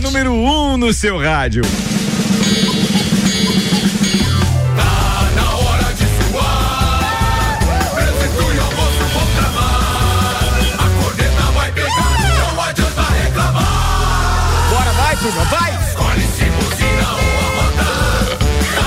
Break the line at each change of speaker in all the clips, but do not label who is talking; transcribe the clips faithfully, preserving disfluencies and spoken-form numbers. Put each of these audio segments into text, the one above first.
número um no seu rádio.
Turma, vai!
Escolhe se buzina ou a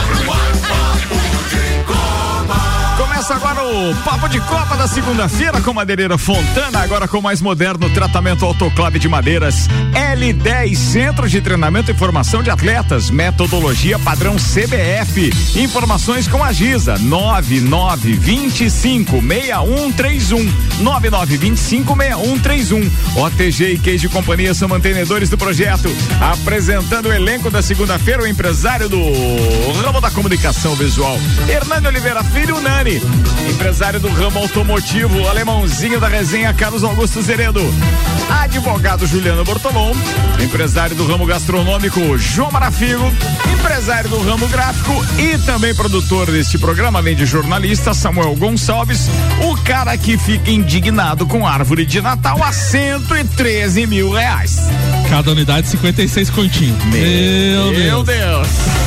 Começa agora o Papo de Copa da segunda-feira com Madeireira Fontana, agora com o mais moderno tratamento autoclave de madeiras. L dez, Centro de Treinamento e Formação de Atletas, metodologia padrão C B F. Informações com a Giza, nove nove dois cinco, seis um três um, nove nove dois cinco, seis um três um. O T G e Queijo e Companhia são mantenedores do projeto. Apresentando o elenco da segunda-feira, o empresário do ramo da comunicação visual, Hernani Oliveira Filho, Nani. Empresário do ramo automotivo, o alemãozinho da resenha, Carlos Augusto Zeredo. Advogado Juliano Bortolom. Empresário do ramo gastronômico, João Marafigo. Empresário do ramo gráfico e também produtor deste programa, além de jornalista, Samuel Gonçalves. O cara que fica indignado com árvore de Natal a cento e treze mil reais.
Cada unidade cinquenta e seis continho.
Meu, Meu Deus. Deus.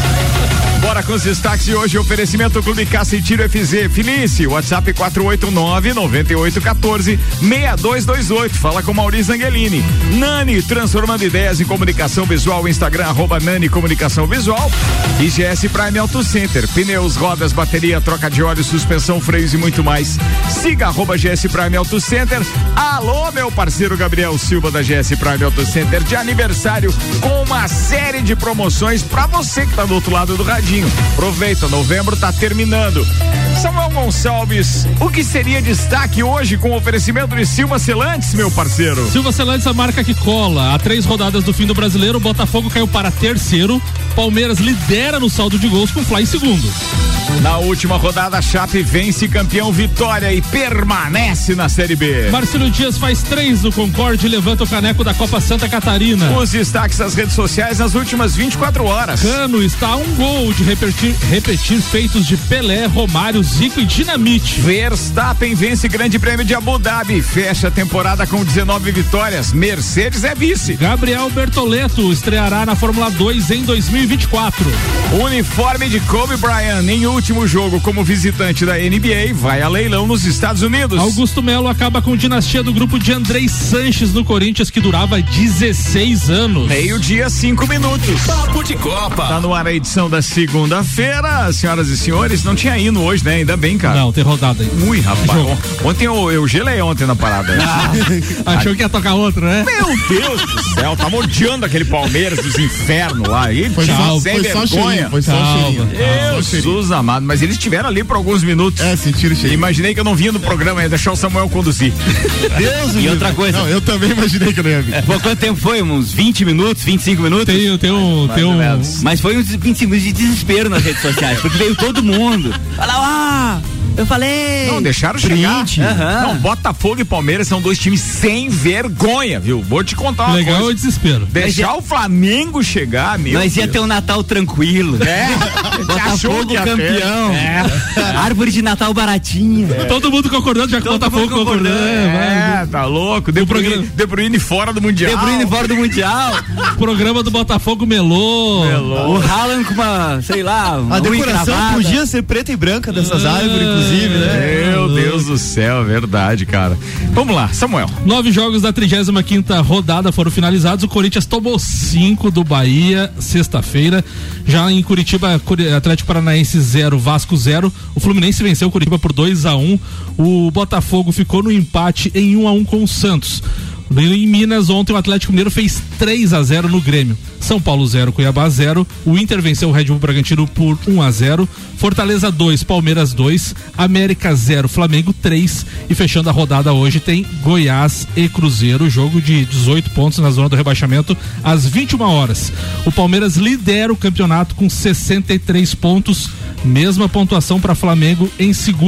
Bora com os destaques de hoje. Oferecimento Clube Caça e Tiro F Z. Felice, WhatsApp quatro oito nove, nove oito um quatro, seis dois dois oito. Fala com Maurício Angelini. Nani, transformando ideias em comunicação visual. Instagram, arroba Nani Comunicação Visual. I G S Prime Auto Center. Pneus, rodas, bateria, troca de óleo, suspensão, freios e muito mais. Siga arroba G S Prime Auto Center. Alô, meu parceiro Gabriel Silva da G S Prime Auto Center, de aniversário com uma série de promoções pra você que tá do outro lado do radinho. Aproveita, novembro tá terminando. Samuel Gonçalves, o que seria destaque hoje com o oferecimento de Silva Celantes, meu parceiro?
Silva Celantes, a marca que cola. Há três rodadas do fim do Brasileiro, o Botafogo caiu para terceiro, Palmeiras lidera no saldo de gols com o Fly em segundo.
Na última rodada, a Chape vence campeão Vitória e permanece na Série B.
Marcelo Dias faz três no Concorde e levanta o caneco da Copa Santa Catarina.
Os destaques das redes sociais nas últimas vinte e quatro horas.
Cano está a um gol de repetir, repetir feitos de Pelé, Romário, Zico e Dinamite.
Verstappen vence Grande Prêmio de Abu Dhabi, fecha a temporada com dezenove vitórias. Mercedes é vice.
Gabriel Bertoletto estreará na Fórmula dois em dois mil e vinte e quatro.
Uniforme de Kobe Bryant em último jogo como visitante da N B A vai a leilão nos Estados Unidos.
Augusto Melo acaba com dinastia do grupo de Andrei Sanches no Corinthians, que durava dezesseis anos.
Meio-dia, cinco minutos.
Papo de Copa.
Tá no ar a edição da segunda-feira, senhoras e senhores. Não tinha hino hoje, né? Ainda bem, cara.
Não, tem rodada aí.
Ui, rapaz. Ontem eu, eu gelei ontem na parada.
Ah, achou que ia tocar outro, né?
Meu Deus do céu, tá mordiando aquele Palmeiras dos infernos lá. E
foi só, sem foi só cheirinho, foi só cheirinho.
Jesus amado, mas eles estiveram ali por alguns minutos.
É, sentiram cheirinho.
Imaginei que eu não vinha no programa, ia deixar o Samuel conduzir.
Deus,
e outra coisa.
Não, eu também imaginei que eu não ia vir.
Pô, quanto tempo foi? Uns vinte minutos, vinte e cinco minutos?
Tem, tem um, tem um...
Mas foi uns vinte e cinco minutos de desespero nas redes sociais, porque veio todo mundo. Fala, ah, eu falei.
Não, deixaram chegar. Uhum. Não, Botafogo e Palmeiras são dois times sem vergonha, viu? Vou te contar uma
Legal
coisa.
É o desespero.
Deixar ia... o Flamengo chegar, meu
Nós ia
Deus.
ter um Natal tranquilo.
É.
Botafogo campeão. É. Árvore de Natal baratinha.
É. Todo mundo concordando, já que o Botafogo concordando.
É, é, tá louco. De Bruyne, programa... De Bruyne fora do Mundial.
De Bruyne fora do Mundial.
O programa do Botafogo melou.
melou. O Haaland com uma, sei lá, uma
a decoração podia ser preta e branca dessas ah, árvores, inclusive, né?
Meu Deus do céu, é verdade, cara. Vamos lá, Samuel.
Nove jogos da trigésima quinta rodada foram finalizados. O Corinthians tomou cinco do Bahia sexta-feira. Já em Curitiba, Atlético Paranaense zero, Vasco zero. O Fluminense venceu o Curitiba por dois a um. O Botafogo ficou no empate em um a um com o Santos. Em Minas, ontem o Atlético Mineiro fez três a zero no Grêmio. São Paulo zero, Cuiabá zero. O Inter venceu o Red Bull Bragantino por um a zero. Fortaleza dois, Palmeiras dois. América zero, Flamengo três. E fechando a rodada hoje tem Goiás e Cruzeiro. Jogo de dezoito pontos na zona do rebaixamento às vinte e uma horas. O Palmeiras lidera o campeonato com sessenta e três pontos. Mesma pontuação para Flamengo em segundo.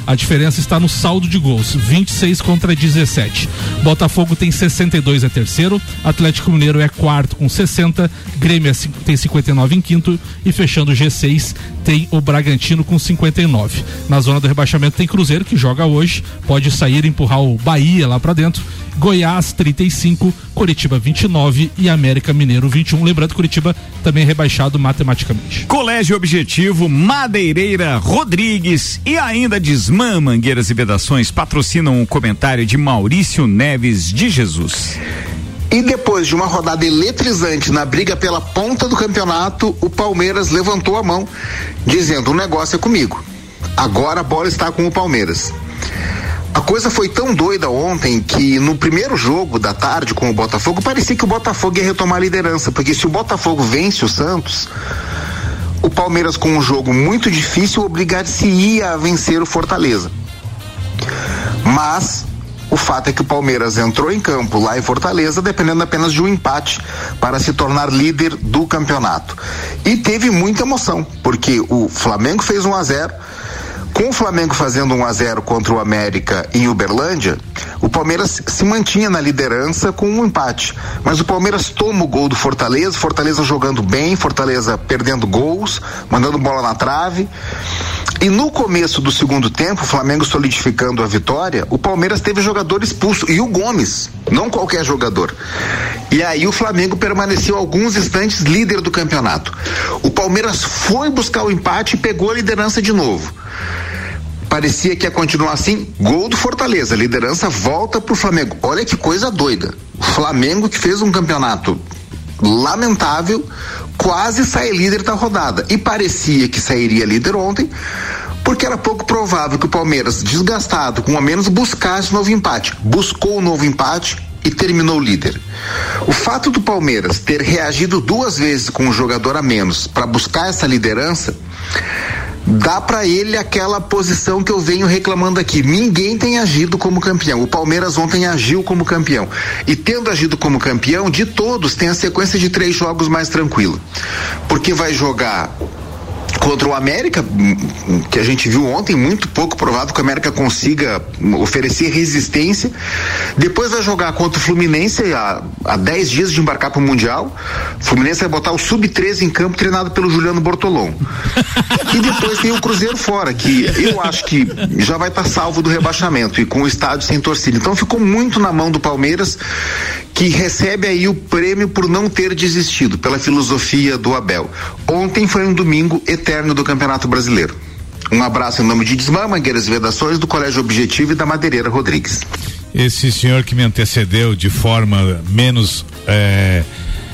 A diferença está no saldo de gols, vinte e seis contra dezessete. Botafogo tem sessenta e dois, é terceiro. Atlético Mineiro é quarto com sessenta. Grêmio é, tem cinquenta e nove em quinto. E fechando o G seis tem o Bragantino com cinquenta e nove. Na zona do rebaixamento tem Cruzeiro, que joga hoje, pode sair e empurrar o Bahia lá pra dentro. Goiás trinta e cinco, Coritiba vinte e nove e América Mineiro vinte e um. Lembrando que Coritiba também é rebaixado matematicamente.
Colégio Objetivo, Madeireira Rodrigues e ainda Desmã Mangueiras e Vedações patrocinam o comentário de Maurício Neves de Jesus.
E depois de uma rodada eletrizante na briga pela ponta do campeonato, o Palmeiras levantou a mão, dizendo: o negócio é comigo. Agora a bola está com o Palmeiras. A coisa foi tão doida ontem que no primeiro jogo da tarde com o Botafogo, parecia que o Botafogo ia retomar a liderança, porque se o Botafogo vence o Santos, o Palmeiras, com um jogo muito difícil, obrigar-se-ia a vencer o Fortaleza. Mas o fato é que o Palmeiras entrou em campo lá em Fortaleza dependendo apenas de um empate para se tornar líder do campeonato. E teve muita emoção, porque o Flamengo fez um a zero. Com o Flamengo fazendo um a zero contra o América em Uberlândia, o Palmeiras se mantinha na liderança com um empate. Mas o Palmeiras toma o gol do Fortaleza, Fortaleza jogando bem, Fortaleza perdendo gols, mandando bola na trave. E no começo do segundo tempo, o Flamengo solidificando a vitória, o Palmeiras teve jogador expulso, e o Gomes, não qualquer jogador. E aí o Flamengo permaneceu alguns instantes líder do campeonato. O Palmeiras foi buscar o empate e pegou a liderança de novo. Parecia que ia continuar assim, gol do Fortaleza, liderança volta pro Flamengo. Olha que coisa doida. O Flamengo, que fez um campeonato lamentável, quase sai líder da rodada. E parecia que sairia líder ontem, porque era pouco provável que o Palmeiras, desgastado, com a menos, buscasse um novo empate. Buscou um novo empate e terminou líder. O fato do Palmeiras ter reagido duas vezes com um jogador a menos para buscar essa liderança dá para ele aquela posição que eu venho reclamando aqui. Ninguém tem agido como campeão. O Palmeiras ontem agiu como campeão. E tendo agido como campeão, de todos, tem a sequência de três jogos mais tranquila. Porque vai jogar contra o América, que a gente viu ontem, muito pouco provável que o América consiga oferecer resistência. Depois vai jogar contra o Fluminense há, há dez dias de embarcar para o Mundial. O Fluminense vai botar o sub treze em campo, treinado pelo Juliano Bortolom. E depois tem o Cruzeiro fora, que eu acho que já vai estar salvo do rebaixamento e com o estádio sem torcida. Então ficou muito na mão do Palmeiras, que recebe aí o prêmio por não ter desistido, pela filosofia do Abel. Ontem foi um domingo eterno do Campeonato Brasileiro. Um abraço em nome de Desmã Mangueiras e Vedações, do Colégio Objetivo e da Madeireira Rodrigues.
Esse senhor que me antecedeu de forma menos é,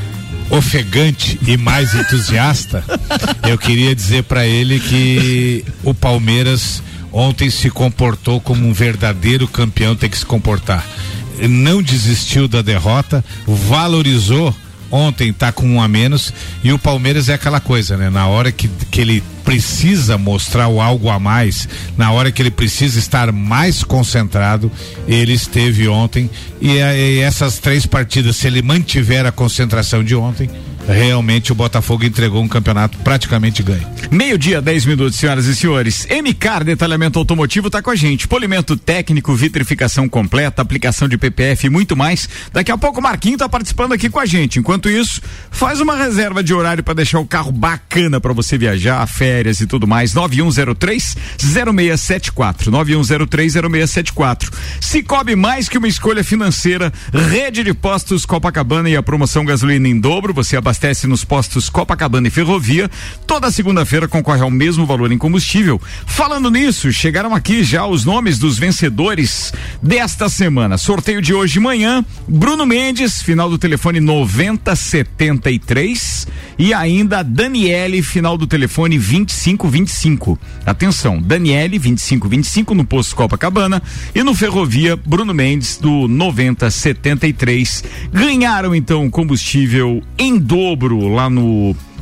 ofegante e mais entusiasta, eu queria dizer para ele que o Palmeiras ontem se comportou como um verdadeiro campeão tem que se comportar. Não desistiu da derrota, valorizou. Ontem tá com um a menos, e o Palmeiras é aquela coisa, né? Na hora que, que ele precisa mostrar o algo a mais, na hora que ele precisa estar mais concentrado, ele esteve ontem, e, e essas três partidas, se ele mantiver a concentração de ontem, realmente o Botafogo entregou um campeonato praticamente ganho.
Meio-dia, dez minutos, senhoras e senhores. M-Car Detalhamento Automotivo tá com a gente. Polimento técnico, vitrificação completa, aplicação de P P F e muito mais. Daqui a pouco o Marquinho tá participando aqui com a gente. Enquanto isso, faz uma reserva de horário para deixar o carro bacana para você viajar, férias e tudo mais. nove um zero três zero seis sete quatro. nove um zero três zero seis sete quatro. Cicobi, mais que uma escolha financeira. Rede de postos Copacabana e a promoção gasolina em dobro. Você abastece Abastece nos postos Copacabana e Ferrovia. Toda segunda-feira concorre ao mesmo valor em combustível. Falando nisso, chegaram aqui já os nomes dos vencedores desta semana. Sorteio de hoje de manhã: Bruno Mendes, final do telefone noventa setenta e três, e ainda Daniele, final do telefone vinte e cinco vinte e cinco. Atenção, Daniele vinte e cinco vinte e cinco no posto Copacabana, e no Ferrovia Bruno Mendes do noventa setenta e três. Ganharam então combustível em dobro lá no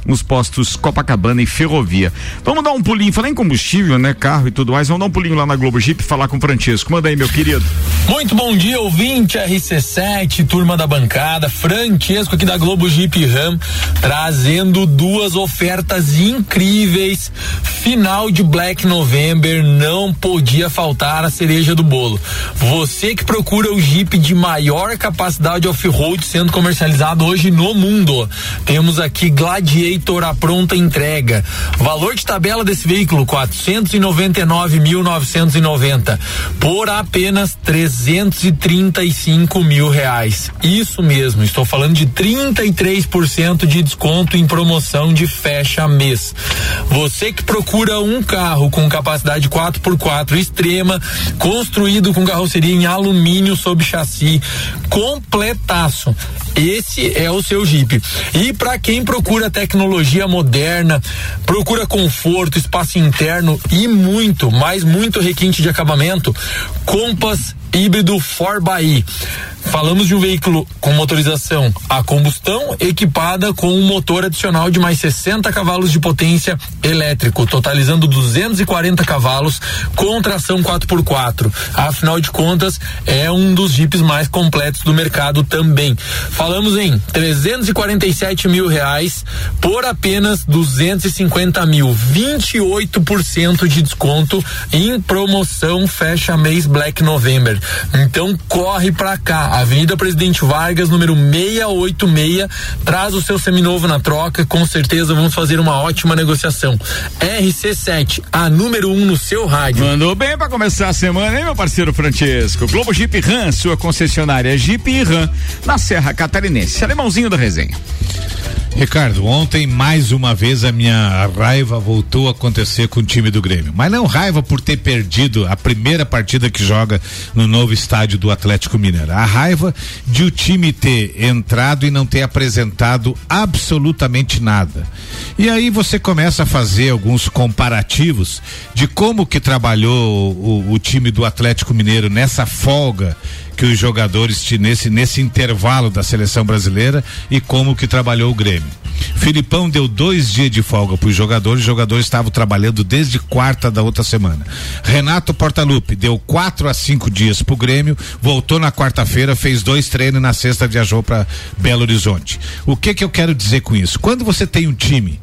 nos postos Copacabana e Ferrovia. Vamos dar um pulinho, falar em combustível, né? Carro e tudo mais, vamos dar um pulinho lá na Globo Jeep e falar com o Francesco. Manda aí, meu querido.
Muito bom dia, ouvinte R C sete, turma da bancada, Francesco aqui da Globo Jeep Ram, trazendo duas ofertas incríveis. Final de Black November, não podia faltar a cereja do bolo. Você que procura o Jeep de maior capacidade off-road sendo comercializado hoje no mundo, temos aqui Gladiator à pronta entrega. Valor de tabela desse veículo quatrocentos e noventa e nove mil novecentos e noventa por apenas trezentos e trinta e cinco mil reais. Isso mesmo, estou falando de trinta e três por cento de desconto em promoção de fecha mês. Você que procura um carro com capacidade quatro por quatro extrema, construído com carroceria em alumínio sob chassi, completaço. Esse é o seu Jeep. E para quem procura tecnologia moderna, procura conforto, espaço interno e muito, mas muito requinte de acabamento, Compass híbrido quatro by. Falamos de um veículo com motorização a combustão equipada com um motor adicional de mais sessenta cavalos de potência elétrico, totalizando duzentos e quarenta cavalos com tração quatro por quatro. Afinal de contas, é um dos Jeeps mais completos do mercado também. Falamos em trezentos e quarenta e sete mil reais por apenas duzentos e cinquenta mil, vinte e oito por cento de desconto em promoção fecha mês Black November. Então corre pra cá, Avenida Presidente Vargas, número seiscentos e oitenta e seis, traz o seu seminovo na troca, com certeza vamos fazer uma ótima negociação. R C sete, a número um no seu rádio.
Mandou bem pra começar a semana, hein, meu parceiro Francesco? Globo Jeep Ram, sua concessionária Jeep e Ram, na Serra Catarinense. Alemãozinho da resenha.
Ricardo, ontem mais uma vez a minha raiva voltou a acontecer com o time do Grêmio, mas não raiva por ter perdido a primeira partida que joga no novo estádio do Atlético Mineiro, a raiva de o time ter entrado e não ter apresentado absolutamente nada. E aí você começa a fazer alguns comparativos de como que trabalhou o, o time do Atlético Mineiro nessa folga que os jogadores nesse nesse intervalo da seleção brasileira e como que trabalhou o Grêmio. Filipão deu dois dias de folga para os jogadores, os jogadores estavam trabalhando desde quarta da outra semana. Renato Portaluppi deu quatro a cinco dias para o Grêmio, voltou na quarta-feira, fez dois treinos, na sexta viajou para Belo Horizonte. O que que eu quero dizer com isso? Quando você tem um time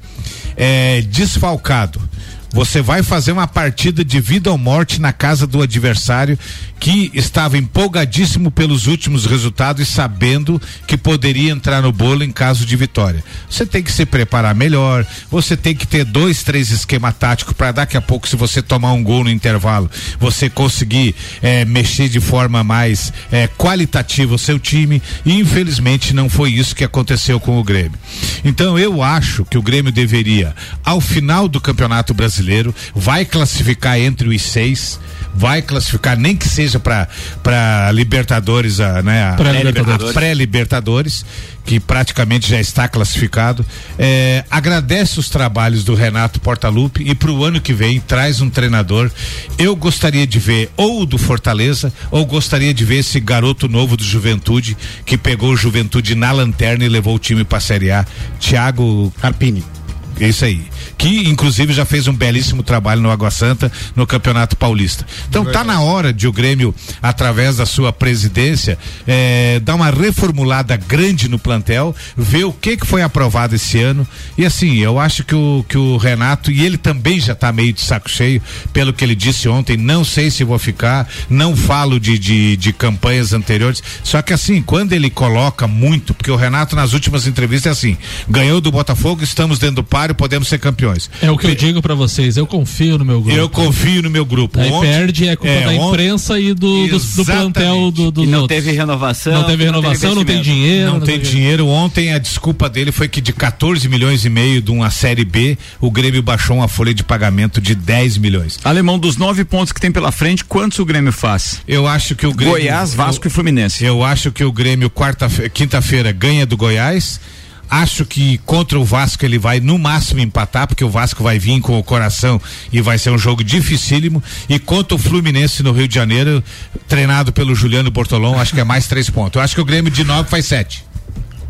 é, desfalcado, você vai fazer uma partida de vida ou morte na casa do adversário que estava empolgadíssimo pelos últimos resultados e sabendo que poderia entrar no bolo em caso de vitória. Você tem que se preparar melhor, você tem que ter dois, três esquema tático para daqui a pouco, se você tomar um gol no intervalo, você conseguir é, mexer de forma mais é, qualitativa o seu time, e infelizmente não foi isso que aconteceu com o Grêmio. Então eu acho que o Grêmio deveria, ao final do Campeonato Brasileiro, vai classificar entre os seis, vai classificar, nem que seja para para Libertadores, a, né, a pré-Libertadores. pré-Libertadores, que praticamente já está classificado. É, agradece os trabalhos do Renato Portaluppi e para o ano que vem traz um treinador. Eu gostaria de ver ou o do Fortaleza, ou gostaria de ver esse garoto novo do Juventude, que pegou o Juventude na lanterna e levou o time para a Série A, Thiago Carpini. Isso aí, que inclusive já fez um belíssimo trabalho no Água Santa, no Campeonato Paulista. Então tá na hora de o Grêmio, através da sua presidência, eh, dar uma reformulada grande no plantel, ver o que que foi aprovado esse ano. E assim, eu acho que o, que o Renato, e ele também já tá meio de saco cheio, pelo que ele disse ontem, não sei se vou ficar, não falo de, de, de campanhas anteriores, só que assim, quando ele coloca muito, porque o Renato nas últimas entrevistas é assim, ganhou do Botafogo, estamos dentro do páreo, podemos ser campeões.
É o que eu digo pra vocês, eu confio no meu grupo.
Eu confio no meu grupo.
Aí ontem, perde é culpa é, da imprensa ontem, e do, do, do plantel do, do
e não
outros.
teve renovação.
Não teve renovação, não, não tem dinheiro.
Não, não tem dinheiro. Ontem a desculpa dele foi que de quatorze milhões e meio de uma Série B, o Grêmio baixou uma folha de pagamento de dez milhões.
Alemão, dos nove pontos que tem pela frente, quantos o Grêmio faz?
Eu acho que o Grêmio...
Goiás, Vasco eu, e Fluminense.
Eu acho que o Grêmio quarta, quinta-feira ganha do Goiás. Acho que contra o Vasco ele vai no máximo empatar, porque o Vasco vai vir com o coração e vai ser um jogo dificílimo. E contra o Fluminense no Rio de Janeiro, treinado pelo Juliano Bortolom, acho que é mais três pontos. Eu acho que o Grêmio de nove faz sete.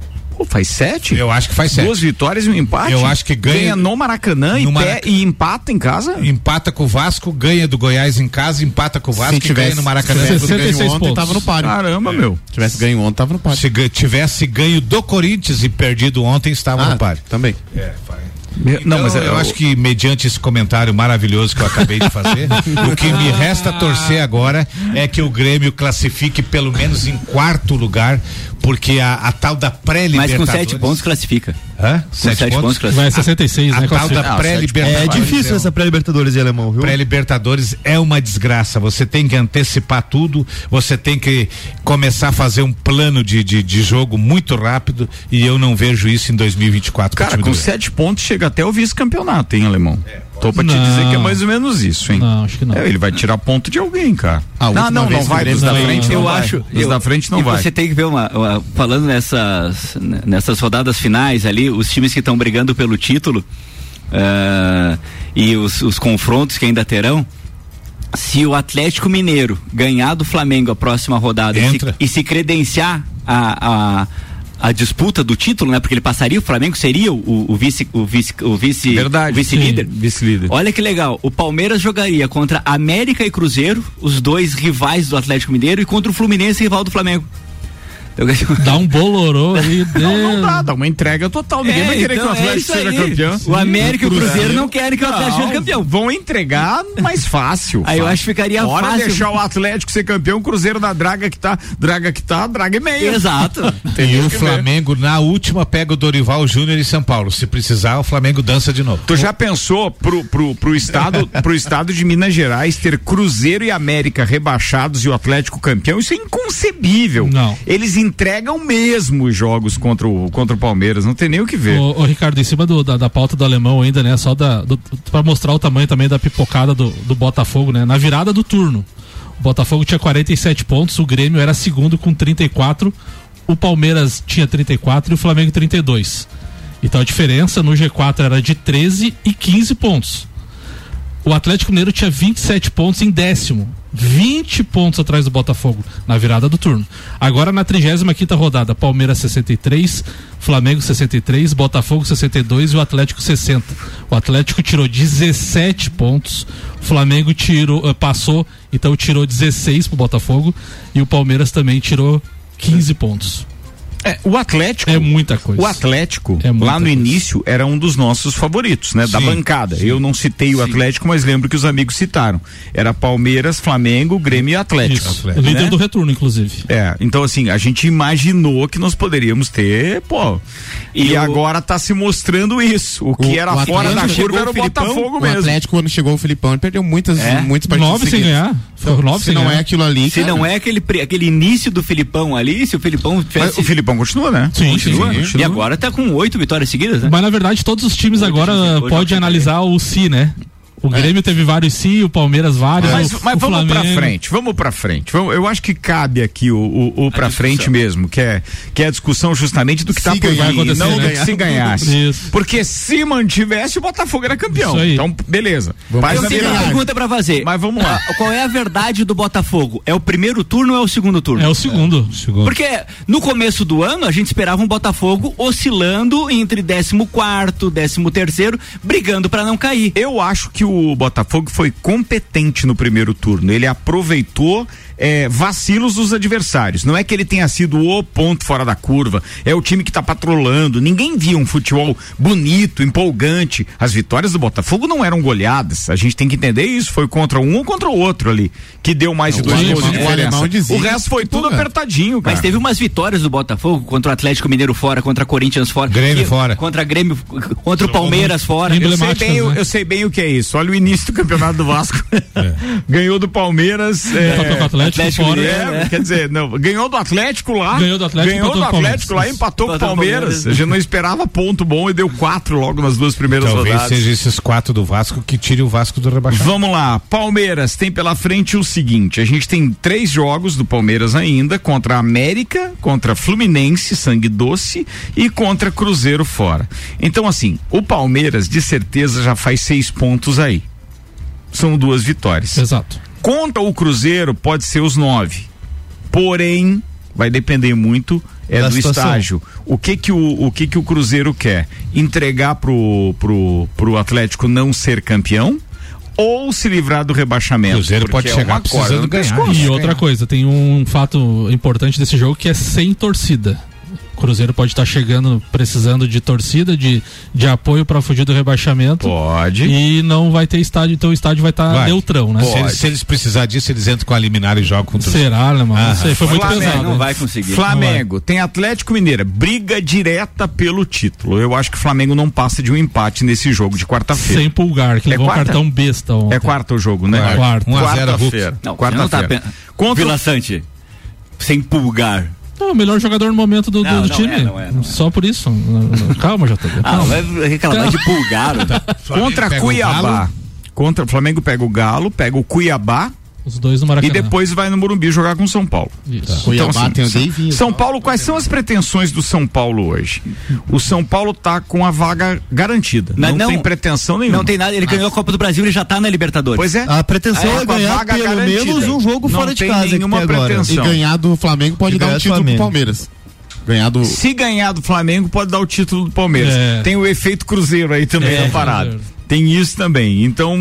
Pô, faz sete?
Eu acho que faz sete.
Duas vitórias e um empate?
Eu acho que ganha.
Ganha no Maracanã, no e, Marac... pé, e empata em casa?
Empata com o Vasco, ganha do Goiás em casa, empata com o Vasco
tivesse,
e ganha no Maracanã.
Se tivesse ganho ontem,
pontos.
tava no páreo.
Caramba,
é.
meu.
Se tivesse ganho ontem, tava no páreo.
Se tivesse ganho do Corinthians e perdido ontem, estava
ah,
no páreo.
Também.
É, vai.
Então, não, mas
eu, eu acho que mediante esse comentário maravilhoso que eu acabei de fazer, o que me resta torcer agora é que o Grêmio classifique pelo menos em quarto lugar, porque a, a tal da pré-libertadores...
Mas com sete pontos classifica.
Hã?
Com
sete,
sete
pontos?
pontos classifica.
Vai sessenta e seis,
a,
né?
A tal da pré-libertadores.
É difícil essa pré-libertadores em alemão, viu?
Pré-libertadores é uma desgraça, você tem que antecipar tudo, você tem que começar a fazer um plano de, de, de jogo muito rápido, e eu não vejo isso em dois mil e vinte e quatro.
Cara, com sete pontos chega até o vice-campeonato, hein, alemão? É. Tô pra
não.
te dizer que é mais ou menos isso, hein?
Não, acho que não.
É, ele vai tirar ponto de alguém, cara.
Ah,
não, não, não vai. Dos da frente
eu
não
acho,
vai. Dos
eu,
da frente não
e
vai.
Você tem que ver uma, uma falando nessas nessas rodadas finais ali, os times que estão brigando pelo título uh, e os, os confrontos que ainda terão. Se o Atlético Mineiro ganhar do Flamengo a próxima rodada e se, e se credenciar a, a a disputa do título, né? Porque ele passaria, o Flamengo seria o, o vice, o vice, o vice,
Verdade,
o vice-líder.
Vice-líder.
Olha que legal, o Palmeiras jogaria contra América e Cruzeiro, os dois rivais do Atlético Mineiro, e contra o Fluminense, rival do Flamengo.
Dá um bolorô aí.
Não, não dá, dá uma entrega total. Ninguém é, vai querer então que o Atlético é seja aí. campeão.
O América e o Cruzeiro não querem que o Atlético seja campeão.
Vão entregar mais fácil.
Aí
fácil.
eu acho que ficaria
Hora
fácil.
deixar o Atlético ser campeão, o Cruzeiro na draga que tá, draga que tá, draga e meia.
Exato.
E o Flamengo, ver. na última, pega o Dorival Júnior em São Paulo. Se precisar, o Flamengo dança de novo.
Tu já pensou pro, pro, pro, estado, pro estado de Minas Gerais ter Cruzeiro e América rebaixados e o Atlético campeão? Isso é inconcebível.
Não.
Eles entregam mesmo mesmo os jogos contra o, contra o Palmeiras, não tem nem o que ver.
Ô, ô Ricardo, em cima do, da, da pauta do alemão ainda, né, só da, do, pra mostrar o tamanho também da pipocada do, do Botafogo, né, na virada do turno, o Botafogo tinha quarenta e sete pontos, o Grêmio era segundo com trinta e quatro, o Palmeiras tinha trinta e quatro e o Flamengo trinta e dois, então a diferença no G quatro era de treze e quinze pontos. O Atlético Mineiro tinha vinte e sete pontos em décimo, vinte pontos atrás do Botafogo na virada do turno. Agora na trigésima quinta rodada, Palmeiras sessenta e três, Flamengo sessenta e três, Botafogo sessenta e dois e o Atlético sessenta. O Atlético tirou dezessete pontos, o Flamengo tirou, uh, passou, então tirou dezesseis pro Botafogo e o Palmeiras também tirou quinze pontos.
É, o Atlético.
É muita coisa.
O Atlético,
é
lá no
coisa.
início, era um dos nossos favoritos, né? Sim, da bancada. Sim. Eu não citei o sim. Atlético, mas lembro que os amigos citaram. Era Palmeiras, Flamengo, Grêmio e Atlético.
Isso. Atlético. Líder né? do retorno, inclusive.
É, então assim, a gente imaginou que nós poderíamos ter, pô. E, e o... agora tá se mostrando isso. O que o, era o fora da curva era o Botafogo mesmo.
O Atlético, quando chegou o Filipão, ele perdeu muitas, é? muitas partidas.
Nove sem ganhar.
Então, nove se não ganhar. é aquilo ali.
Se cara. não é aquele, aquele início do Filipão ali, se o Filipão tivesse...
O Filipão continua, né?
Sim,
continua,
sim, sim.
continua.
E agora tá com oito vitórias seguidas, né?
Mas na verdade todos os times agora podem analisar o si, né? O Grêmio é. teve vários sim, o Palmeiras vários.
Mas,
o,
mas
o
vamos
Flamengo.
pra frente, vamos pra frente. Vamos, eu acho que cabe aqui o, o, o pra frente mesmo, que é, que é a discussão justamente do que se tá por vir, não né? do que se ganhasse. Isso. Porque se mantivesse, o Botafogo era campeão. Então, beleza.
Mas eu tenho uma pergunta pra fazer.
Mas vamos lá.
Qual é a verdade do Botafogo? É o primeiro turno ou é o segundo turno?
É o segundo.
É. segundo. Porque no começo do ano, a gente esperava um Botafogo oscilando entre décimo quarto, décimo terceiro, brigando pra não cair.
Eu acho que o Botafogo foi competente no primeiro turno. Ele aproveitou é, vacilos dos adversários. Não é que ele tenha sido o ponto fora da curva. É o time que está patrolando. Ninguém via um futebol bonito, empolgante. As vitórias do Botafogo não eram goleadas. A gente tem que entender isso. Foi contra um ou contra o outro ali. Que deu mais de dois gols de diferença. O resto foi tudo apertadinho, cara.
Mas teve umas vitórias do Botafogo contra o Atlético Mineiro fora, contra Corinthians fora.
Grêmio fora.
Contra Grêmio, contra o Palmeiras fora.
Eu sei, bem, né? eu sei bem o que é isso. Olha o início do campeonato do Vasco. É. Ganhou do Palmeiras. É,
empatou com o Atlético, Atlético fora.
É, é. Quer dizer, não, ganhou do Atlético lá.
Ganhou do Atlético,
ganhou do Atlético lá, empatou com o Palmeiras. A gente não esperava ponto bom e deu quatro logo nas duas primeiras
Talvez
rodadas.
Talvez seja esses quatro do Vasco que tire o Vasco do rebaixamento.
Vamos lá, Palmeiras tem pela frente o seguinte, a gente tem três jogos do Palmeiras ainda, contra a América, contra Fluminense, sangue doce, e contra Cruzeiro fora. Então assim, o Palmeiras de certeza já faz seis pontos aí. São duas vitórias.
Exato.
Contra o Cruzeiro pode ser os nove. Porém, vai depender muito é
Da
do
situação.
estágio. O que que o, o que que o Cruzeiro quer? Entregar pro, pro, pro Atlético não ser campeão? Ou se livrar do rebaixamento?
Cruzeiro
Porque
pode
é
chegar
uma corda
precisando
no
ganhar.
pescoço.
E outra coisa, tem um fato importante desse jogo que é sem torcida. O Cruzeiro pode estar chegando, precisando de torcida, de, de apoio para fugir do rebaixamento.
Pode.
E não vai ter estádio, então o estádio vai estar
Vai.
neutrão, né?
Se eles, se eles precisar disso, eles entram com a liminar e jogam contra o
Será, né, mano? Não sei, foi muito
Flamengo
pesado.
Não
né?
vai conseguir.
Flamengo, tem Atlético Mineiro, briga direta pelo título. Eu acho que o Flamengo não passa de um empate nesse jogo de quarta-feira.
Sem Pulgar, que
É
levou um
quarta?
cartão besta ontem.
É quarta o jogo, né?
Quarta.
um a zero
Quarta-feira.
Não, você não tá
Quarta-feira.
pen...
Contra
Vila Sante, sem Pulgar.
Não, o melhor jogador no momento do, do-
Não,
do
não
time.
é, não é, não é.
Só por isso. Calma, já tô.
Ah,
Calma.
vai reclamar de Pulgar.
Contra
pega o
Cuiabá.
Galo.
Contra o Flamengo pega o Galo, pega o Cuiabá
Os dois no
e
Maracanã.
depois vai no Morumbi jogar com o São Paulo.
Isso.
Cuiabá
Então, assim,
tem o Davinho.
São Paulo, quais são as pretensões do São Paulo hoje? O São Paulo tá com a vaga garantida.
Mas
não,
não-
tem pretensão nenhuma.
Não tem nada, ele ganhou a Copa do Brasil, ele já tá na Libertadores.
Pois é.
A pretensão
Aí,
é
com a
ganhar
vaga
pelo
garantida.
menos um jogo
Não
fora de
tem
casa. que
nenhuma
tem agora.
pretensão.
E ganhar do Flamengo pode
E
dar
ganhar
um
do
título
Flamengo.
pro Palmeiras. Ganhar do.
Se ganhar do Flamengo, pode dar o título do Palmeiras.
É.
Tem o efeito Cruzeiro aí também
É,
na parada.
Cruzeiro.
Tem isso também. Então.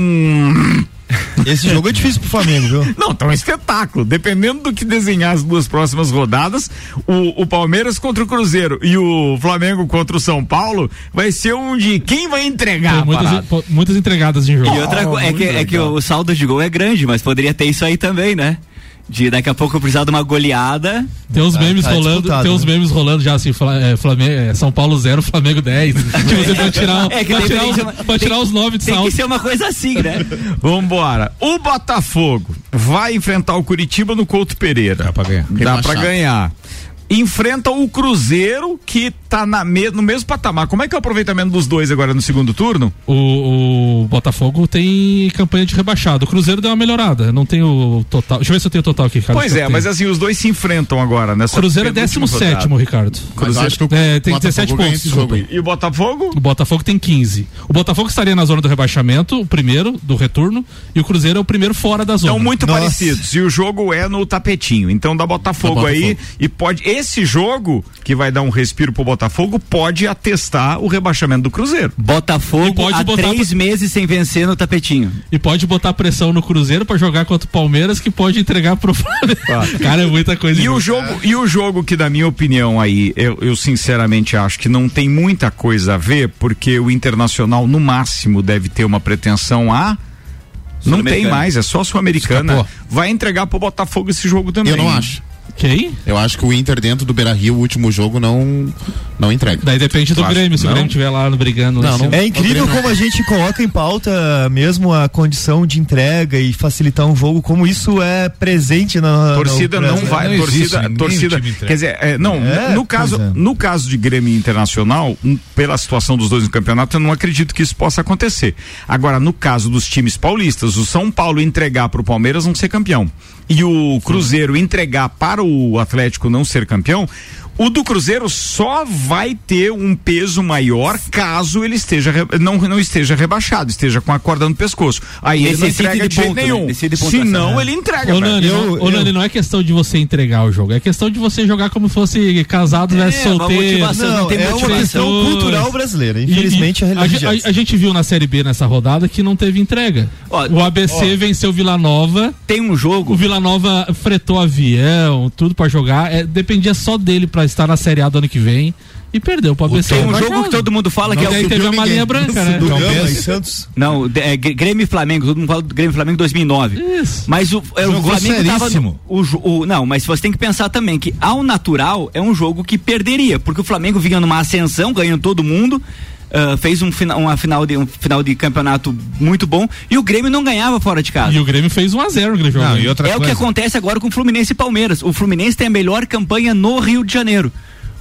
Esse jogo é difícil pro Flamengo, viu?
Não, tá um espetáculo. Dependendo do que desenhar as duas próximas rodadas, o, o Palmeiras contra o Cruzeiro e o Flamengo contra o São Paulo vai ser um de quem vai entregar
Tem
a
muitas,
parada.
po- muitas entregadas em jogo.
E outra coisa, é que, é que o saldo de gol é grande, mas poderia ter isso aí também, né? De daqui a pouco eu precisar de uma goleada.
Tem uns
Tá-
memes
tá
rolando,
disputado,
tem uns
né?
memes rolando já assim, Fla- é, Flamengo, é, São Paulo zero, Flamengo dez. Tipo, você pode tirar,
É que
pode
tem-
tirar,
tem
os,
que ser uma-
pode tirar
tem-
os nove de
Tem que
saldo.
ser uma coisa assim, né?
Vambora. O Botafogo vai enfrentar o Curitiba no Couto Pereira.
Dá pra ganhar.
Dá pra
chato.
ganhar. Enfrenta o Cruzeiro, que tá na me- no mesmo patamar. Como é que é o aproveitamento dos dois agora no segundo turno?
O, o Botafogo tem campanha de rebaixado. O Cruzeiro deu uma melhorada. Não tem o total. Deixa eu ver se eu tenho o total aqui, cara.
Pois é, mas assim, os dois se enfrentam agora nessa
O Cruzeiro é
penúltima
décimo sétimo,
rodada.
Ricardo.
Mas acho que o
É, tem
Botafogo
dezessete
ganha
pontos,
esse jogo aí.
desculpa.
E o Botafogo?
O Botafogo tem quinze. O Botafogo estaria na zona do rebaixamento, o primeiro do retorno, e o Cruzeiro é o primeiro fora da zona.
São muito
Nossa.
parecidos. E o jogo é no tapetinho. Então dá Botafogo,
Dá Botafogo.
aí. E pode. Esse jogo, que vai dar um respiro pro Botafogo, pode atestar o rebaixamento do Cruzeiro.
E
Botafogo
pode
há
botar
três meses sem vencer no tapetinho.
E pode botar pressão no Cruzeiro pra jogar contra o Palmeiras, que pode entregar pro Flamengo. Cara, é muita coisa.
E o jogo, e o jogo que, na minha opinião, aí, eu, eu sinceramente acho que não tem muita coisa a ver, porque o Internacional, no máximo, deve ter uma pretensão a. Não tem
Sul-Americana.
mais, é só Sul-Americana.
Escapou.
Vai entregar pro Botafogo esse jogo também.
Eu não acho.
Quem?
Eu acho que o Inter dentro do Beira-Rio, o último jogo, não, não entrega.
Daí depende do
Tu acha?
Grêmio, se
Não?
o Grêmio estiver lá no brigando. lá
Não,
em cima.
não-
É incrível como a gente coloca em pauta mesmo a condição de entrega e facilitar um jogo, como isso é presente na
Torcida
na-
não
na-
vai,
não existe,
torcida,
ninguém
torcida,
time entrega.
quer dizer, é, não,
É,
no caso,
pois é.
no caso de Grêmio Internacional, um, pela situação dos dois no campeonato, eu não acredito que isso possa acontecer. Agora, no caso dos times paulistas, o São Paulo entregar para o Palmeiras não ser campeão e o Cruzeiro entregar para o Atlético não ser campeão, o do Cruzeiro só vai ter um peso maior caso ele esteja re- não, não esteja rebaixado, esteja com a corda no pescoço. Aí ele não
Necessita
entrega
de
de jeito
ponto, né?
nenhum.
Necessita de
Se
pontuação.
não,
É.
ele entrega.
Ô,
velho.
Nani,
Eu-
não, ô,
eu-
Nani, não é questão de você entregar o jogo, é questão de você jogar como se fosse casado, né,
É, uma
solteiro.
motivação,
Não,
não tem
é uma
motivação.
questão cultural brasileira.
E-
Infelizmente,
e
a realidade
a,
é
a,
essa.
a gente viu na Série B nessa rodada que não teve entrega.
Ó,
o A B C venceu o Vila Nova,
Tem um
o
jogo.
Vila Nova fretou avião, tudo pra jogar, é, dependia só dele pra estar na Série A do ano que vem e perdeu pro A B C.
Tem um
rebaixado.
jogo que todo mundo fala que é
E aí
o.
teve a malinha branca, né?
Do
Então,
Gama
pensa-
e Santos.
Não, de- é, Gr- Grêmio e Flamengo, todo mundo fala do Grêmio e Flamengo dois mil e nove.
Isso.
Mas o, é, o
Jogou
Flamengo tava
seríssimo.
no, o, jo- o- não, mas você tem que pensar também que ao natural é um jogo que perderia, porque o Flamengo vinha numa ascensão, ganhando todo mundo. ah, fez um fina, uma final de um final de campeonato muito bom e o Grêmio não ganhava fora de casa.
E o Grêmio fez um a zero naquele jogo.
Não,
né?
e outra
É o que
coisa.
acontece agora com o Fluminense e Palmeiras. O Fluminense tem a melhor campanha no Rio de Janeiro.